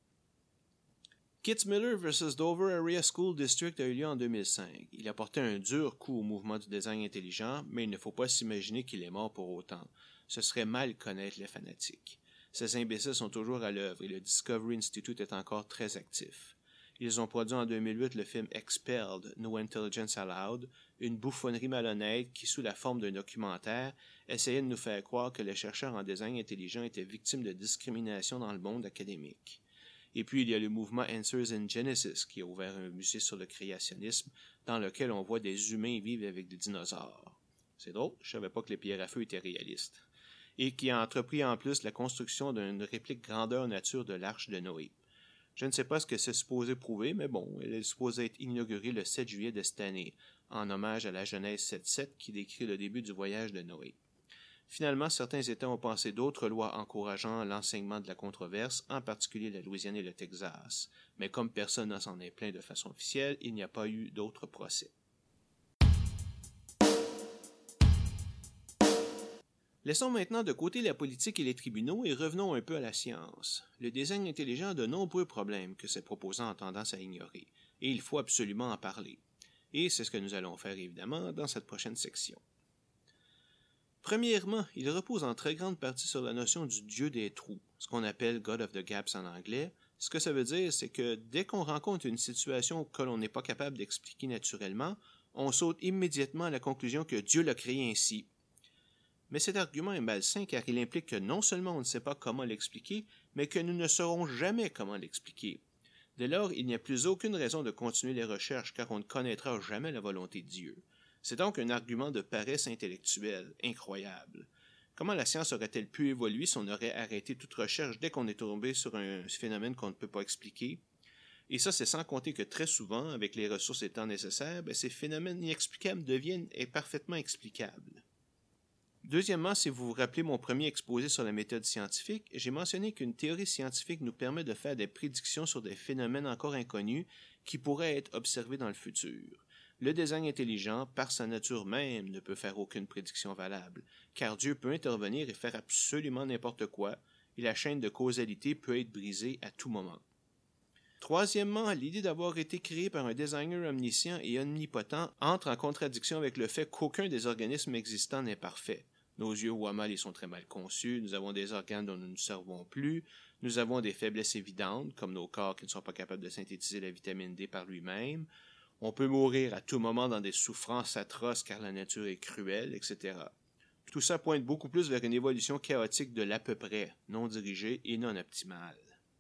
Kitzmiller versus Dover Area School District a eu lieu en deux mille cinq. Il a porté un dur coup au mouvement du design intelligent, mais il ne faut pas s'imaginer qu'il est mort pour autant. Ce serait mal connaître les fanatiques. Ces imbéciles sont toujours à l'œuvre et le Discovery Institute est encore très actif. Ils ont produit en deux mille huit le film Expelled, No Intelligence Allowed, une bouffonnerie malhonnête qui, sous la forme d'un documentaire, essayait de nous faire croire que les chercheurs en design intelligent étaient victimes de discrimination dans le monde académique. Et puis il y a le mouvement Answers in Genesis qui a ouvert un musée sur le créationnisme dans lequel on voit des humains vivre avec des dinosaures. C'est drôle, je savais pas que les pierres à feu étaient réalistes. Et qui a entrepris en plus la construction d'une réplique grandeur nature de l'Arche de Noé. Je ne sais pas ce que c'est supposé prouver, mais bon, elle est supposée être inaugurée le sept juillet de cette année, en hommage à la Genèse sept sept qui décrit le début du voyage de Noé. Finalement, certains États ont passé d'autres lois encourageant l'enseignement de la controverse, en particulier la Louisiane et le Texas. Mais comme personne ne s'en est plaint de façon officielle, il n'y a pas eu d'autres procès. Laissons maintenant de côté la politique et les tribunaux et revenons un peu à la science. Le design intelligent a de nombreux problèmes que ses proposants ont tendance à ignorer, et il faut absolument en parler. Et c'est ce que nous allons faire évidemment dans cette prochaine section. Premièrement, il repose en très grande partie sur la notion du dieu des trous, ce qu'on appelle God of the Gaps en anglais. Ce que ça veut dire, c'est que dès qu'on rencontre une situation que l'on n'est pas capable d'expliquer naturellement, on saute immédiatement à la conclusion que Dieu l'a créé ainsi. Mais cet argument est malsain car il implique que non seulement on ne sait pas comment l'expliquer, mais que nous ne saurons jamais comment l'expliquer. Dès lors, il n'y a plus aucune raison de continuer les recherches car on ne connaîtra jamais la volonté de Dieu. C'est donc un argument de paresse intellectuelle incroyable. Comment la science aurait-elle pu évoluer si on aurait arrêté toute recherche dès qu'on est tombé sur un phénomène qu'on ne peut pas expliquer? Et ça, c'est sans compter que très souvent, avec les ressources étant nécessaires, ben, ces phénomènes inexplicables deviennent parfaitement explicables. Deuxièmement, si vous vous rappelez mon premier exposé sur la méthode scientifique, j'ai mentionné qu'une théorie scientifique nous permet de faire des prédictions sur des phénomènes encore inconnus qui pourraient être observés dans le futur. Le design intelligent, par sa nature même, ne peut faire aucune prédiction valable, car Dieu peut intervenir et faire absolument n'importe quoi, et la chaîne de causalité peut être brisée à tout moment. Troisièmement, l'idée d'avoir été créé par un designer omniscient et omnipotent entre en contradiction avec le fait qu'aucun des organismes existants n'est parfait. Nos yeux voient mal et sont très mal conçus, nous avons des organes dont nous ne servons plus, nous avons des faiblesses évidentes, comme nos corps qui ne sont pas capables de synthétiser la vitamine D par lui-même, on peut mourir à tout moment dans des souffrances atroces car la nature est cruelle, et cetera. Tout ça pointe beaucoup plus vers une évolution chaotique de l'à peu près, non dirigée et non optimale.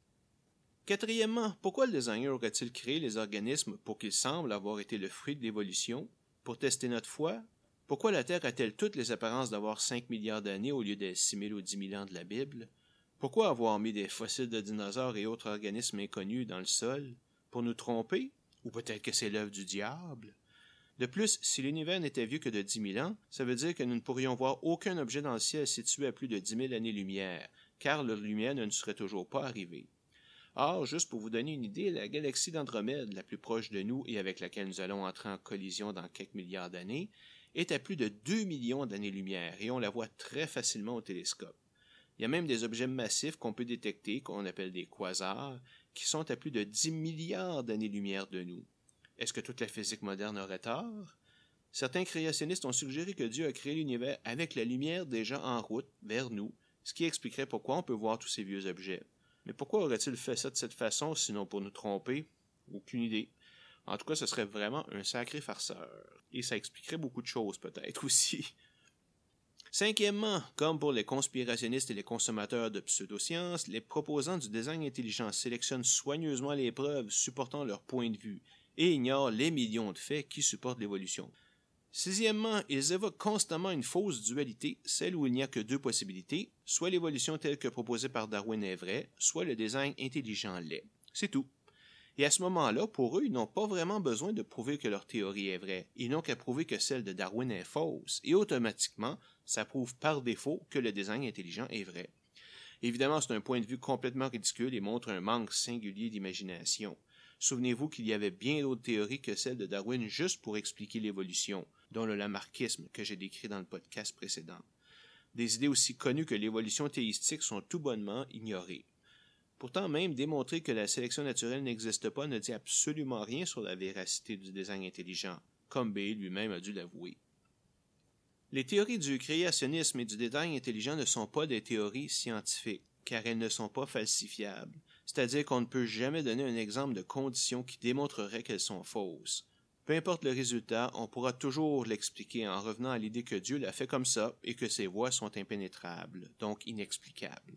Quatrièmement, pourquoi le designer aurait-il créé les organismes pour qu'ils semblent avoir été le fruit de l'évolution? Pour tester notre foi? Pourquoi la Terre a-t-elle toutes les apparences d'avoir cinq milliards d'années au lieu des six mille ou dix mille ans de la Bible? Pourquoi avoir mis des fossiles de dinosaures et autres organismes inconnus dans le sol? Pour nous tromper? Ou peut-être que c'est l'œuvre du diable? De plus, si l'univers n'était vieux que de dix mille ans, ça veut dire que nous ne pourrions voir aucun objet dans le ciel situé à plus de dix mille années-lumière, car leur lumière ne nous serait toujours pas arrivée. Or, juste pour vous donner une idée, la galaxie d'Andromède, la plus proche de nous et avec laquelle nous allons entrer en collision dans quelques milliards d'années, est à plus de deux millions d'années-lumière et on la voit très facilement au télescope. Il y a même des objets massifs qu'on peut détecter, qu'on appelle des quasars, qui sont à plus de dix milliards d'années-lumière de nous. Est-ce que toute la physique moderne aurait tort? Certains créationnistes ont suggéré que Dieu a créé l'univers avec la lumière déjà en route vers nous, ce qui expliquerait pourquoi on peut voir tous ces vieux objets. Mais pourquoi aurait-il fait ça de cette façon, sinon pour nous tromper? Aucune idée. En tout cas, ce serait vraiment un sacré farceur. Et ça expliquerait beaucoup de choses, peut-être aussi. Cinquièmement, comme pour les conspirationnistes et les consommateurs de pseudosciences, les proposants du design intelligent sélectionnent soigneusement les preuves supportant leur point de vue et ignorent les millions de faits qui supportent l'évolution. Sixièmement, ils évoquent constamment une fausse dualité, celle où il n'y a que deux possibilités, soit l'évolution telle que proposée par Darwin est vraie, soit le design intelligent l'est. C'est tout. Et à ce moment-là, pour eux, ils n'ont pas vraiment besoin de prouver que leur théorie est vraie. Ils n'ont qu'à prouver que celle de Darwin est fausse. Et automatiquement, ça prouve par défaut que le design intelligent est vrai. Évidemment, c'est un point de vue complètement ridicule et montre un manque singulier d'imagination. Souvenez-vous qu'il y avait bien d'autres théories que celle de Darwin juste pour expliquer l'évolution, dont le lamarckisme que j'ai décrit dans le podcast précédent. Des idées aussi connues que l'évolution théistique sont tout bonnement ignorées. Pourtant, même démontrer que la sélection naturelle n'existe pas ne dit absolument rien sur la véracité du design intelligent, comme Bayes lui-même a dû l'avouer. Les théories du créationnisme et du design intelligent ne sont pas des théories scientifiques. car elles ne sont pas falsifiables, c'est-à-dire qu'on ne peut jamais donner un exemple de condition qui démontrerait qu'elles sont fausses. Peu importe le résultat, on pourra toujours l'expliquer en revenant à l'idée que Dieu l'a fait comme ça et que ses voies sont impénétrables, donc inexplicables.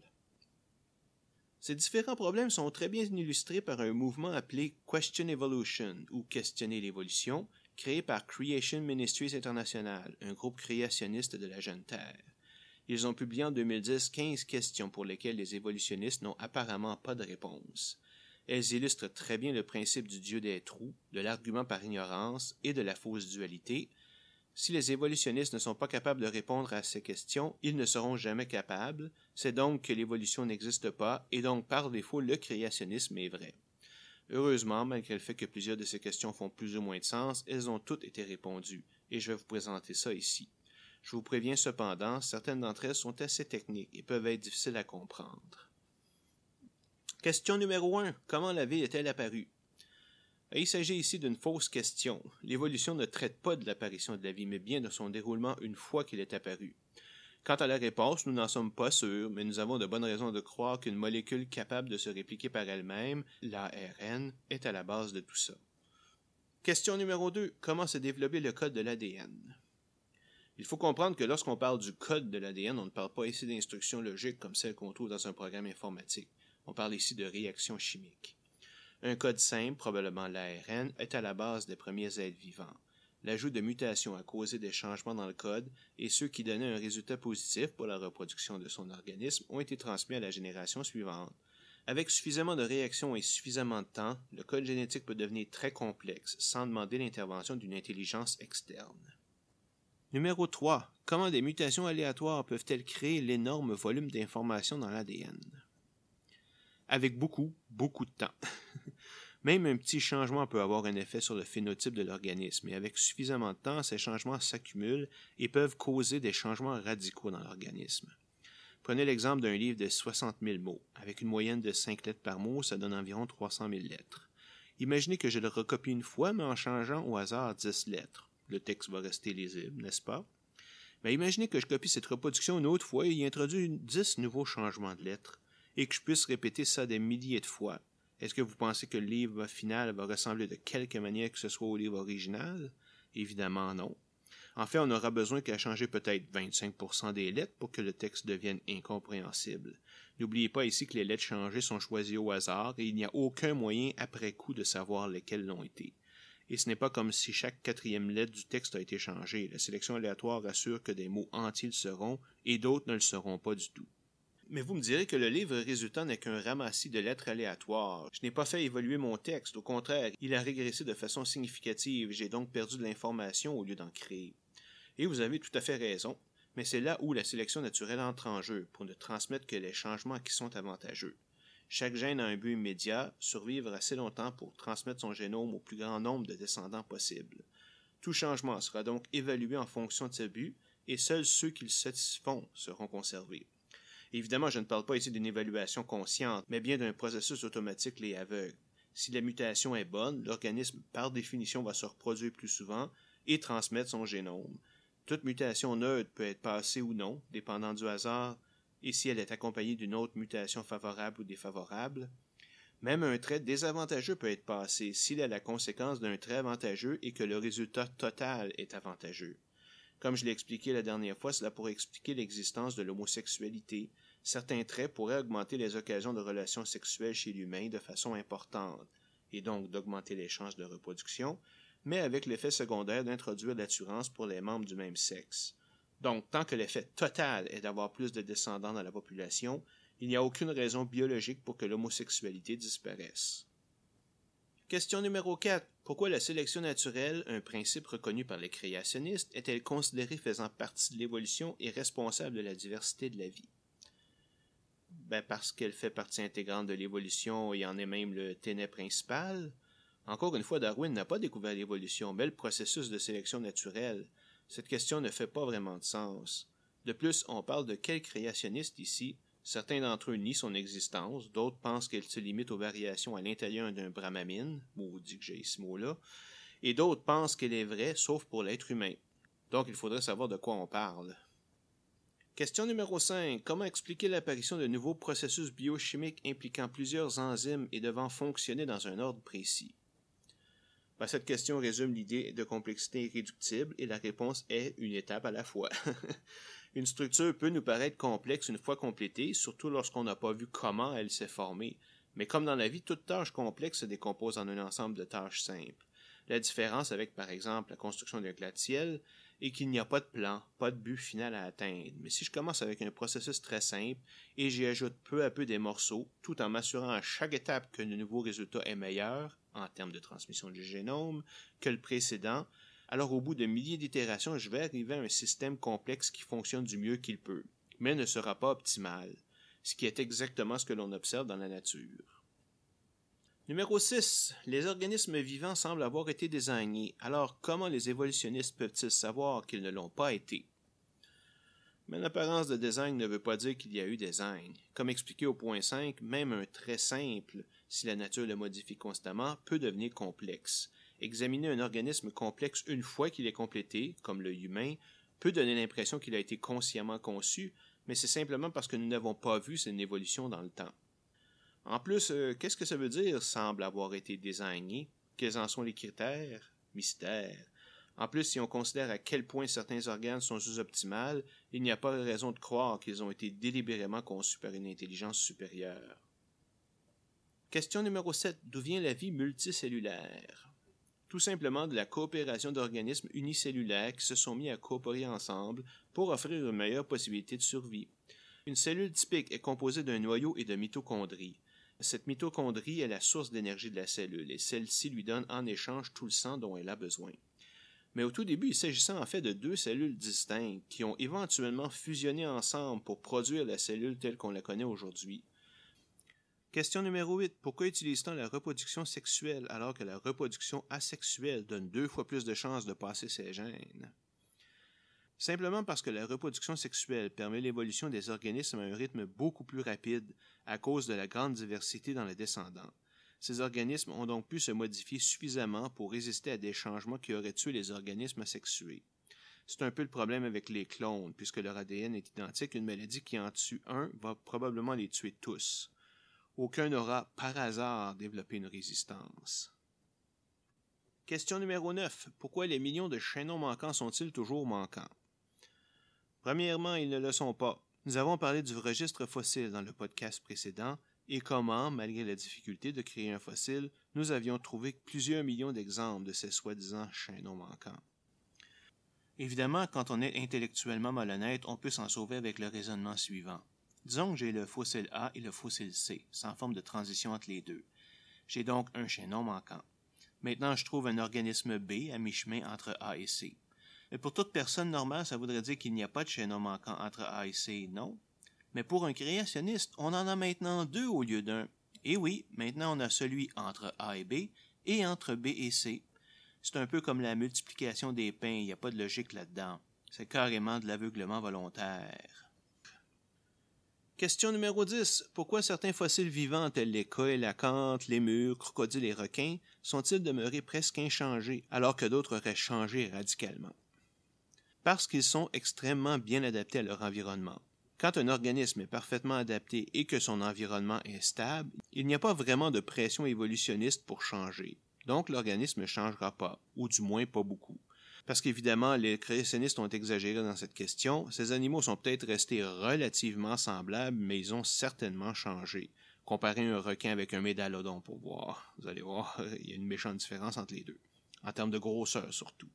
Ces différents problèmes sont très bien illustrés par un mouvement appelé Question Evolution, ou Questionner l'évolution, créé par Creation Ministries International, un groupe créationniste de la jeune Terre. Ils ont publié en deux mille dix quinze questions pour lesquelles les évolutionnistes n'ont apparemment pas de réponse. Elles illustrent très bien le principe du Dieu des trous, de l'argument par ignorance et de la fausse dualité. Si les évolutionnistes ne sont pas capables de répondre à ces questions, ils ne seront jamais capables. C'est donc que l'évolution n'existe pas et donc par défaut le créationnisme est vrai. Heureusement, malgré le fait que plusieurs de ces questions font plus ou moins de sens, elles ont toutes été répondues et je vais vous présenter ça ici. Je vous préviens cependant, certaines d'entre elles sont assez techniques et peuvent être difficiles à comprendre. Question numéro un. Comment la vie est-elle apparue? Il s'agit ici d'une fausse question. L'évolution ne traite pas de l'apparition de la vie, mais bien de son déroulement une fois qu'elle est apparue. Quant à la réponse, nous n'en sommes pas sûrs, mais nous avons de bonnes raisons de croire qu'une molécule capable de se répliquer par elle-même, l'A R N, est à la base de tout ça. Question numéro deux. Comment s'est développé le code de l'A D N? Il faut comprendre que lorsqu'on parle du code de l'A D N, on ne parle pas ici d'instructions logiques comme celles qu'on trouve dans un programme informatique. On parle ici de réactions chimiques. Un code simple, probablement l'A R N, est à la base des premiers êtres vivants. L'ajout de mutations a causé des changements dans le code et ceux qui donnaient un résultat positif pour la reproduction de son organisme ont été transmis à la génération suivante. Avec suffisamment de réactions et suffisamment de temps, le code génétique peut devenir très complexe sans demander l'intervention d'une intelligence externe. Numéro trois. Comment des mutations aléatoires peuvent-elles créer l'énorme volume d'informations dans l'A D N? Avec beaucoup, beaucoup de temps. Même un petit changement peut avoir un effet sur le phénotype de l'organisme, et avec suffisamment de temps, ces changements s'accumulent et peuvent causer des changements radicaux dans l'organisme. Prenez l'exemple d'un livre de soixante mille mots. Avec une moyenne de cinq lettres par mot, ça donne environ trois cent mille lettres. Imaginez que je le recopie une fois, mais en changeant au hasard dix lettres. Le texte va rester lisible, n'est-ce pas? Mais imaginez que je copie cette reproduction une autre fois et y introduis dix nouveaux changements de lettres, et que je puisse répéter ça des milliers de fois. Est-ce que vous pensez que le livre final va ressembler de quelque manière que ce soit au livre original? Évidemment non. En fait, on aura besoin qu'à changer peut-être vingt-cinq pour cent des lettres pour que le texte devienne incompréhensible. N'oubliez pas ici que les lettres changées sont choisies au hasard et il n'y a aucun moyen après coup de savoir lesquelles l'ont été. Et ce n'est pas comme si chaque quatrième lettre du texte a été changée. La sélection aléatoire assure que des mots entiers le seront et d'autres ne le seront pas du tout. Mais vous me direz que le livre résultant n'est qu'un ramassis de lettres aléatoires. Je n'ai pas fait évoluer mon texte, au contraire, il a régressé de façon significative, j'ai donc perdu de l'information au lieu d'en créer. Et vous avez tout à fait raison, mais c'est là où la sélection naturelle entre en jeu, pour ne transmettre que les changements qui sont avantageux. Chaque gène a un but immédiat, survivre assez longtemps pour transmettre son génome au plus grand nombre de descendants possible. Tout changement sera donc évalué en fonction de ce but, et seuls ceux qui le satisfont seront conservés. Évidemment, je ne parle pas ici d'une évaluation consciente, mais bien d'un processus automatique et aveugle. Si la mutation est bonne, l'organisme, par définition, va se reproduire plus souvent et transmettre son génome. Toute mutation neutre peut être passée ou non, dépendant du hasard, et si elle est accompagnée d'une autre mutation favorable ou défavorable. Même un trait désavantageux peut être passé s'il est la conséquence d'un trait avantageux et que le résultat total est avantageux. Comme je l'ai expliqué la dernière fois, cela pourrait expliquer l'existence de l'homosexualité. Certains traits pourraient augmenter les occasions de relations sexuelles chez l'humain de façon importante, et donc d'augmenter les chances de reproduction, mais avec l'effet secondaire d'introduire l'attirance pour les membres du même sexe. Donc, tant que l'effet total est d'avoir plus de descendants dans la population, il n'y a aucune raison biologique pour que l'homosexualité disparaisse. Question numéro quatre. Pourquoi la sélection naturelle, un principe reconnu par les créationnistes, est-elle considérée faisant partie de l'évolution et responsable de la diversité de la vie? Ben parce qu'elle fait partie intégrante de l'évolution et en est même le ténet principal. Encore une fois, Darwin n'a pas découvert l'évolution, mais le processus de sélection naturelle. Cette question ne fait pas vraiment de sens. De plus, on parle de quel créationniste ici? Certains d'entre eux nient son existence, d'autres pensent qu'elle se limite aux variations à l'intérieur d'un brahmamine, maudit que j'ai ce mot-là, et d'autres pensent qu'elle est vraie, sauf pour l'être humain. Donc il faudrait savoir de quoi on parle. Question numéro cinq. Comment expliquer l'apparition de nouveaux processus biochimiques impliquant plusieurs enzymes et devant fonctionner dans un ordre précis? Ben, cette question résume l'idée de complexité irréductible et la réponse est une étape à la fois. Une structure peut nous paraître complexe une fois complétée, surtout lorsqu'on n'a pas vu comment elle s'est formée. Mais comme dans la vie, toute tâche complexe se décompose en un ensemble de tâches simples. La différence avec, par exemple, la construction d'un gratte-ciel est qu'il n'y a pas de plan, pas de but final à atteindre. Mais si je commence avec un processus très simple et j'y ajoute peu à peu des morceaux, tout en m'assurant à chaque étape que le nouveau résultat est meilleur, en termes de transmission du génome, que le précédent, alors au bout de milliers d'itérations, je vais arriver à un système complexe qui fonctionne du mieux qu'il peut, mais ne sera pas optimal, ce qui est exactement ce que l'on observe dans la nature. Numéro six. Les organismes vivants semblent avoir été désignés. Alors, comment les évolutionnistes peuvent-ils savoir qu'ils ne l'ont pas été? Mais l'apparence de design ne veut pas dire qu'il y a eu design. Comme expliqué au point cinq, même un trait simple, si la nature le modifie constamment, peut devenir complexe. Examiner un organisme complexe une fois qu'il est complété, comme le humain, peut donner l'impression qu'il a été consciemment conçu, mais c'est simplement parce que nous n'avons pas vu son évolution dans le temps. En plus, euh, qu'est-ce que ça veut dire « semble avoir été désigné » ? Quels en sont les critères? Mystère. En plus, si on considère à quel point certains organes sont sous-optimales, il n'y a pas de raison de croire qu'ils ont été délibérément conçus par une intelligence supérieure. Question numéro sept. D'où vient la vie multicellulaire? Tout simplement de la coopération d'organismes unicellulaires qui se sont mis à coopérer ensemble pour offrir une meilleure possibilité de survie. Une cellule typique est composée d'un noyau et de mitochondries. Cette mitochondrie est la source d'énergie de la cellule et celle-ci lui donne en échange tout le sang dont elle a besoin. Mais au tout début, il s'agissait en fait de deux cellules distinctes qui ont éventuellement fusionné ensemble pour produire la cellule telle qu'on la connaît aujourd'hui. Question numéro huit. Pourquoi utilise-t-on la reproduction sexuelle alors que la reproduction asexuelle donne deux fois plus de chances de passer ses gènes? Simplement parce que la reproduction sexuelle permet l'évolution des organismes à un rythme beaucoup plus rapide à cause de la grande diversité dans les descendants. Ces organismes ont donc pu se modifier suffisamment pour résister à des changements qui auraient tué les organismes asexués. C'est un peu le problème avec les clones, puisque leur A D N est identique, une maladie qui en tue un va probablement les tuer tous. Aucun n'aura par hasard développé une résistance. Question numéro neuf. Pourquoi les millions de chaînons manquants sont-ils toujours manquants? Premièrement, ils ne le sont pas. Nous avons parlé du registre fossile dans le podcast précédent et comment, malgré la difficulté de créer un fossile, nous avions trouvé plusieurs millions d'exemples de ces soi-disant chaînons manquants. Évidemment, quand on est intellectuellement malhonnête, on peut s'en sauver avec le raisonnement suivant. Disons que j'ai le fossile A et le fossile C, sans forme de transition entre les deux. J'ai donc un chaînon manquant. Maintenant, je trouve un organisme B à mi-chemin entre A et C. Mais pour toute personne normale, ça voudrait dire qu'il n'y a pas de chaînon manquant entre A et C, non? Mais pour un créationniste, on en a maintenant deux au lieu d'un. Et oui, maintenant on a celui entre A et B et entre B et C. C'est un peu comme la multiplication des pains, il n'y a pas de logique là-dedans. C'est carrément de l'aveuglement volontaire. Question numéro dix. Pourquoi certains fossiles vivants tels les coélacantes, les murs, crocodiles et requins sont-ils demeurés presque inchangés alors que d'autres auraient changé radicalement? Parce qu'ils sont extrêmement bien adaptés à leur environnement. Quand un organisme est parfaitement adapté et que son environnement est stable, il n'y a pas vraiment de pression évolutionniste pour changer. Donc l'organisme ne changera pas, ou du moins pas beaucoup. Parce qu'évidemment, les créationnistes ont exagéré dans cette question, ces animaux sont peut-être restés relativement semblables, mais ils ont certainement changé. Comparez un requin avec un mégalodon pour voir. Vous allez voir, il y a une méchante différence entre les deux. En termes de grosseur surtout.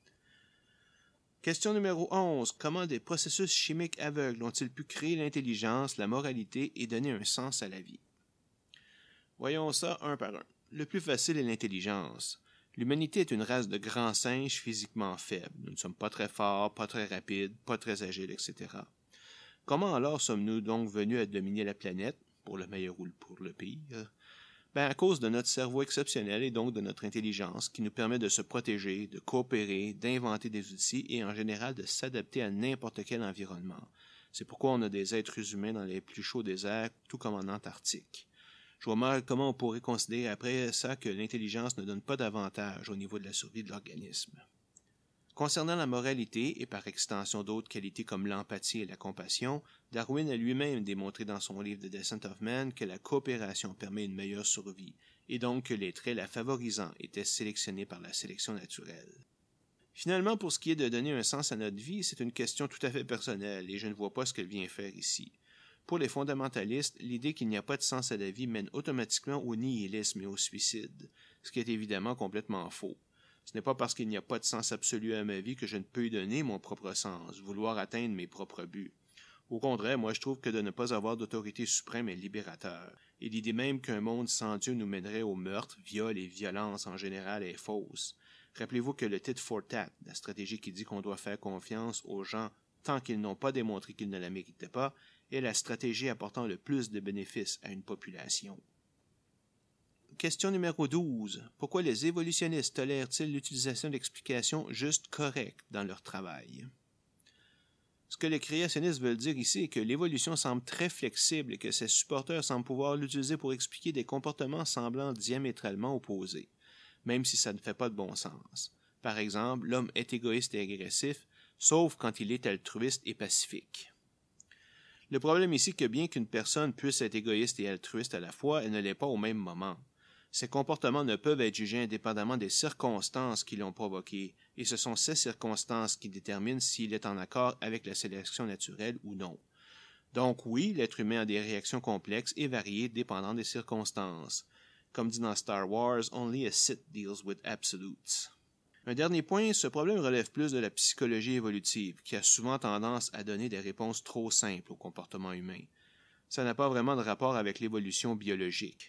Question numéro onze. Comment des processus chimiques aveugles ont-ils pu créer l'intelligence, la moralité et donner un sens à la vie? Voyons ça un par un. Le plus facile est l'intelligence. L'humanité est une race de grands singes physiquement faibles. Nous ne sommes pas très forts, pas très rapides, pas très agiles, et cetera. Comment alors sommes-nous donc venus à dominer la planète, pour le meilleur ou pour le pire? Ben, à cause de notre cerveau exceptionnel et donc de notre intelligence qui nous permet de se protéger, de coopérer, d'inventer des outils et en général de s'adapter à n'importe quel environnement. C'est pourquoi on a des êtres humains dans les plus chauds déserts, tout comme en Antarctique. Je vois mal comment on pourrait considérer après ça que l'intelligence ne donne pas d'avantage au niveau de la survie de l'organisme. Concernant la moralité, et par extension d'autres qualités comme l'empathie et la compassion, Darwin a lui-même démontré dans son livre The Descent of Man que la coopération permet une meilleure survie, et donc que les traits la favorisant étaient sélectionnés par la sélection naturelle. Finalement, pour ce qui est de donner un sens à notre vie, c'est une question tout à fait personnelle, et je ne vois pas ce qu'elle vient faire ici. Pour les fondamentalistes, l'idée qu'il n'y a pas de sens à la vie mène automatiquement au nihilisme et au suicide, ce qui est évidemment complètement faux. Ce n'est pas parce qu'il n'y a pas de sens absolu à ma vie que je ne peux y donner mon propre sens, vouloir atteindre mes propres buts. Au contraire, moi je trouve que de ne pas avoir d'autorité suprême est libérateur, et l'idée même qu'un monde sans Dieu nous mènerait au meurtre, viol et violence en général est fausse. Rappelez-vous que le tit for tat, la stratégie qui dit qu'on doit faire confiance aux gens tant qu'ils n'ont pas démontré qu'ils ne la méritaient pas, est la stratégie apportant le plus de bénéfices à une population. Question numéro douze. Pourquoi les évolutionnistes tolèrent-ils l'utilisation d'explications juste correctes dans leur travail? Ce que les créationnistes veulent dire ici est que l'évolution semble très flexible et que ses supporters semblent pouvoir l'utiliser pour expliquer des comportements semblant diamétralement opposés, même si ça ne fait pas de bon sens. Par exemple, l'homme est égoïste et agressif, sauf quand il est altruiste et pacifique. Le problème ici est que bien qu'une personne puisse être égoïste et altruiste à la fois, elle ne l'est pas au même moment. Ces comportements ne peuvent être jugés indépendamment des circonstances qui l'ont provoqué, et ce sont ces circonstances qui déterminent s'il est en accord avec la sélection naturelle ou non. Donc oui, l'être humain a des réactions complexes et variées dépendant des circonstances. Comme dit dans Star Wars, only a Sith deals with absolutes. Un dernier point, ce problème relève plus de la psychologie évolutive, qui a souvent tendance à donner des réponses trop simples au comportement humain. Ça n'a pas vraiment de rapport avec l'évolution biologique.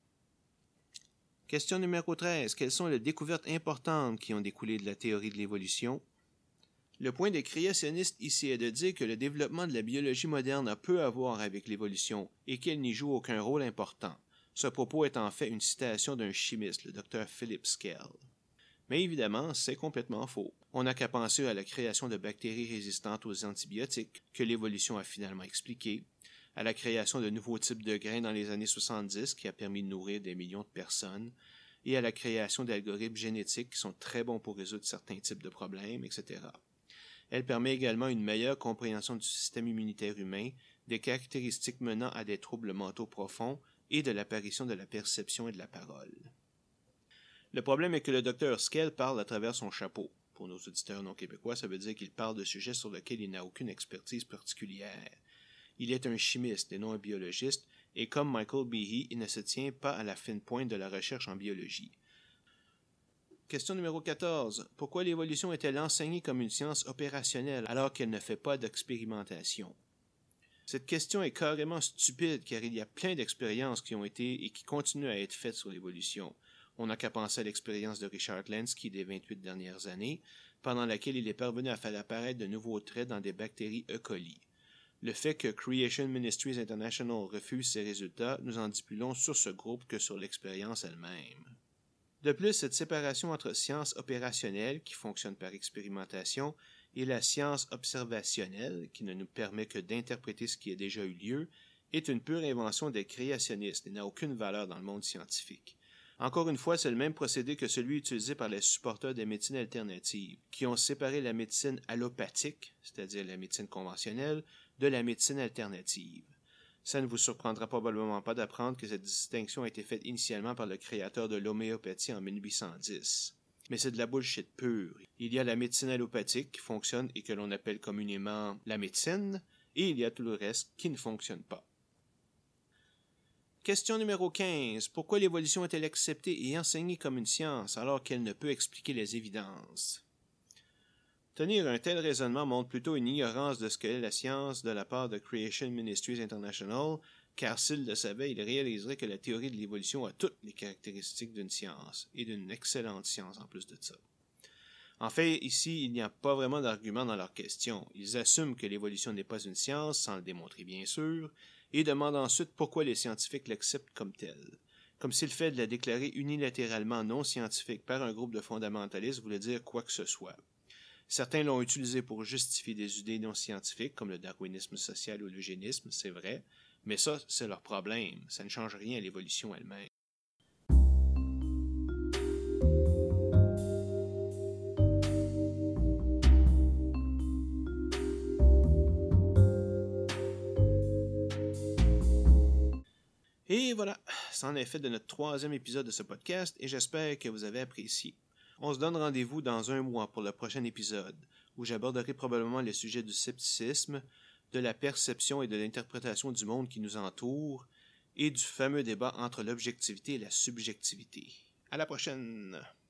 Question numéro treize. Quelles sont les découvertes importantes qui ont découlé de la théorie de l'évolution? Le point des créationnistes ici est de dire que le développement de la biologie moderne a peu à voir avec l'évolution et qu'elle n'y joue aucun rôle important. Ce propos est en fait une citation d'un chimiste, le docteur Philip Skell. Mais évidemment, c'est complètement faux. On n'a qu'à penser à la création de bactéries résistantes aux antibiotiques, que l'évolution a finalement expliqué, à la création de nouveaux types de grains dans les années soixante-dix qui a permis de nourrir des millions de personnes, et à la création d'algorithmes génétiques qui sont très bons pour résoudre certains types de problèmes, et cetera. Elle permet également une meilleure compréhension du système immunitaire humain, des caractéristiques menant à des troubles mentaux profonds et de l'apparition de la perception et de la parole. Le problème est que le docteur Skell parle à travers son chapeau. Pour nos auditeurs non québécois, ça veut dire qu'il parle de sujets sur lesquels il n'a aucune expertise particulière. Il est un chimiste et non un biologiste, et comme Michael Behe, il ne se tient pas à la fine pointe de la recherche en biologie. Question numéro quatorze. Pourquoi l'évolution est-elle enseignée comme une science opérationnelle alors qu'elle ne fait pas d'expérimentation? Cette question est carrément stupide car il y a plein d'expériences qui ont été et qui continuent à être faites sur l'évolution. On n'a qu'à penser à l'expérience de Richard Lenski des vingt-huit dernières années, pendant laquelle il est parvenu à faire apparaître de nouveaux traits dans des bactéries E. coli. Le fait que Creation Ministries International refuse ces résultats nous en dit plus long sur ce groupe que sur l'expérience elle-même. De plus, cette séparation entre science opérationnelle, qui fonctionne par expérimentation, et la science observationnelle, qui ne nous permet que d'interpréter ce qui a déjà eu lieu, est une pure invention des créationnistes et n'a aucune valeur dans le monde scientifique. Encore une fois, c'est le même procédé que celui utilisé par les supporters des médecines alternatives, qui ont séparé la médecine allopathique, c'est-à-dire la médecine conventionnelle, de la médecine alternative. Ça ne vous surprendra probablement pas d'apprendre que cette distinction a été faite initialement par le créateur de l'homéopathie en mille huit cent dix. Mais c'est de la bullshit pure. Il y a la médecine allopathique qui fonctionne et que l'on appelle communément la médecine, et il y a tout le reste qui ne fonctionne pas. Question numéro quinze. Pourquoi l'évolution est-elle acceptée et enseignée comme une science alors qu'elle ne peut expliquer les évidences? Tenir un tel raisonnement montre plutôt une ignorance de ce qu'est la science de la part de Creation Ministries International, car s'il le savait, il réaliserait que la théorie de l'évolution a toutes les caractéristiques d'une science, et d'une excellente science en plus de ça. En fait, ici, il n'y a pas vraiment d'argument dans leur question. Ils assument que l'évolution n'est pas une science, sans le démontrer bien sûr, et demandent ensuite pourquoi les scientifiques l'acceptent comme telle. Comme si le fait de la déclarer unilatéralement non scientifique par un groupe de fondamentalistes voulait dire quoi que ce soit. Certains l'ont utilisé pour justifier des idées non scientifiques, comme le darwinisme social ou l'eugénisme, c'est vrai, mais ça, c'est leur problème. Ça ne change rien à l'évolution elle-même. Et voilà, c'en est fait de notre troisième épisode de ce podcast et j'espère que vous avez apprécié. On se donne rendez-vous dans un mois pour le prochain épisode, où j'aborderai probablement le sujet du scepticisme, de la perception et de l'interprétation du monde qui nous entoure, et du fameux débat entre l'objectivité et la subjectivité. À la prochaine!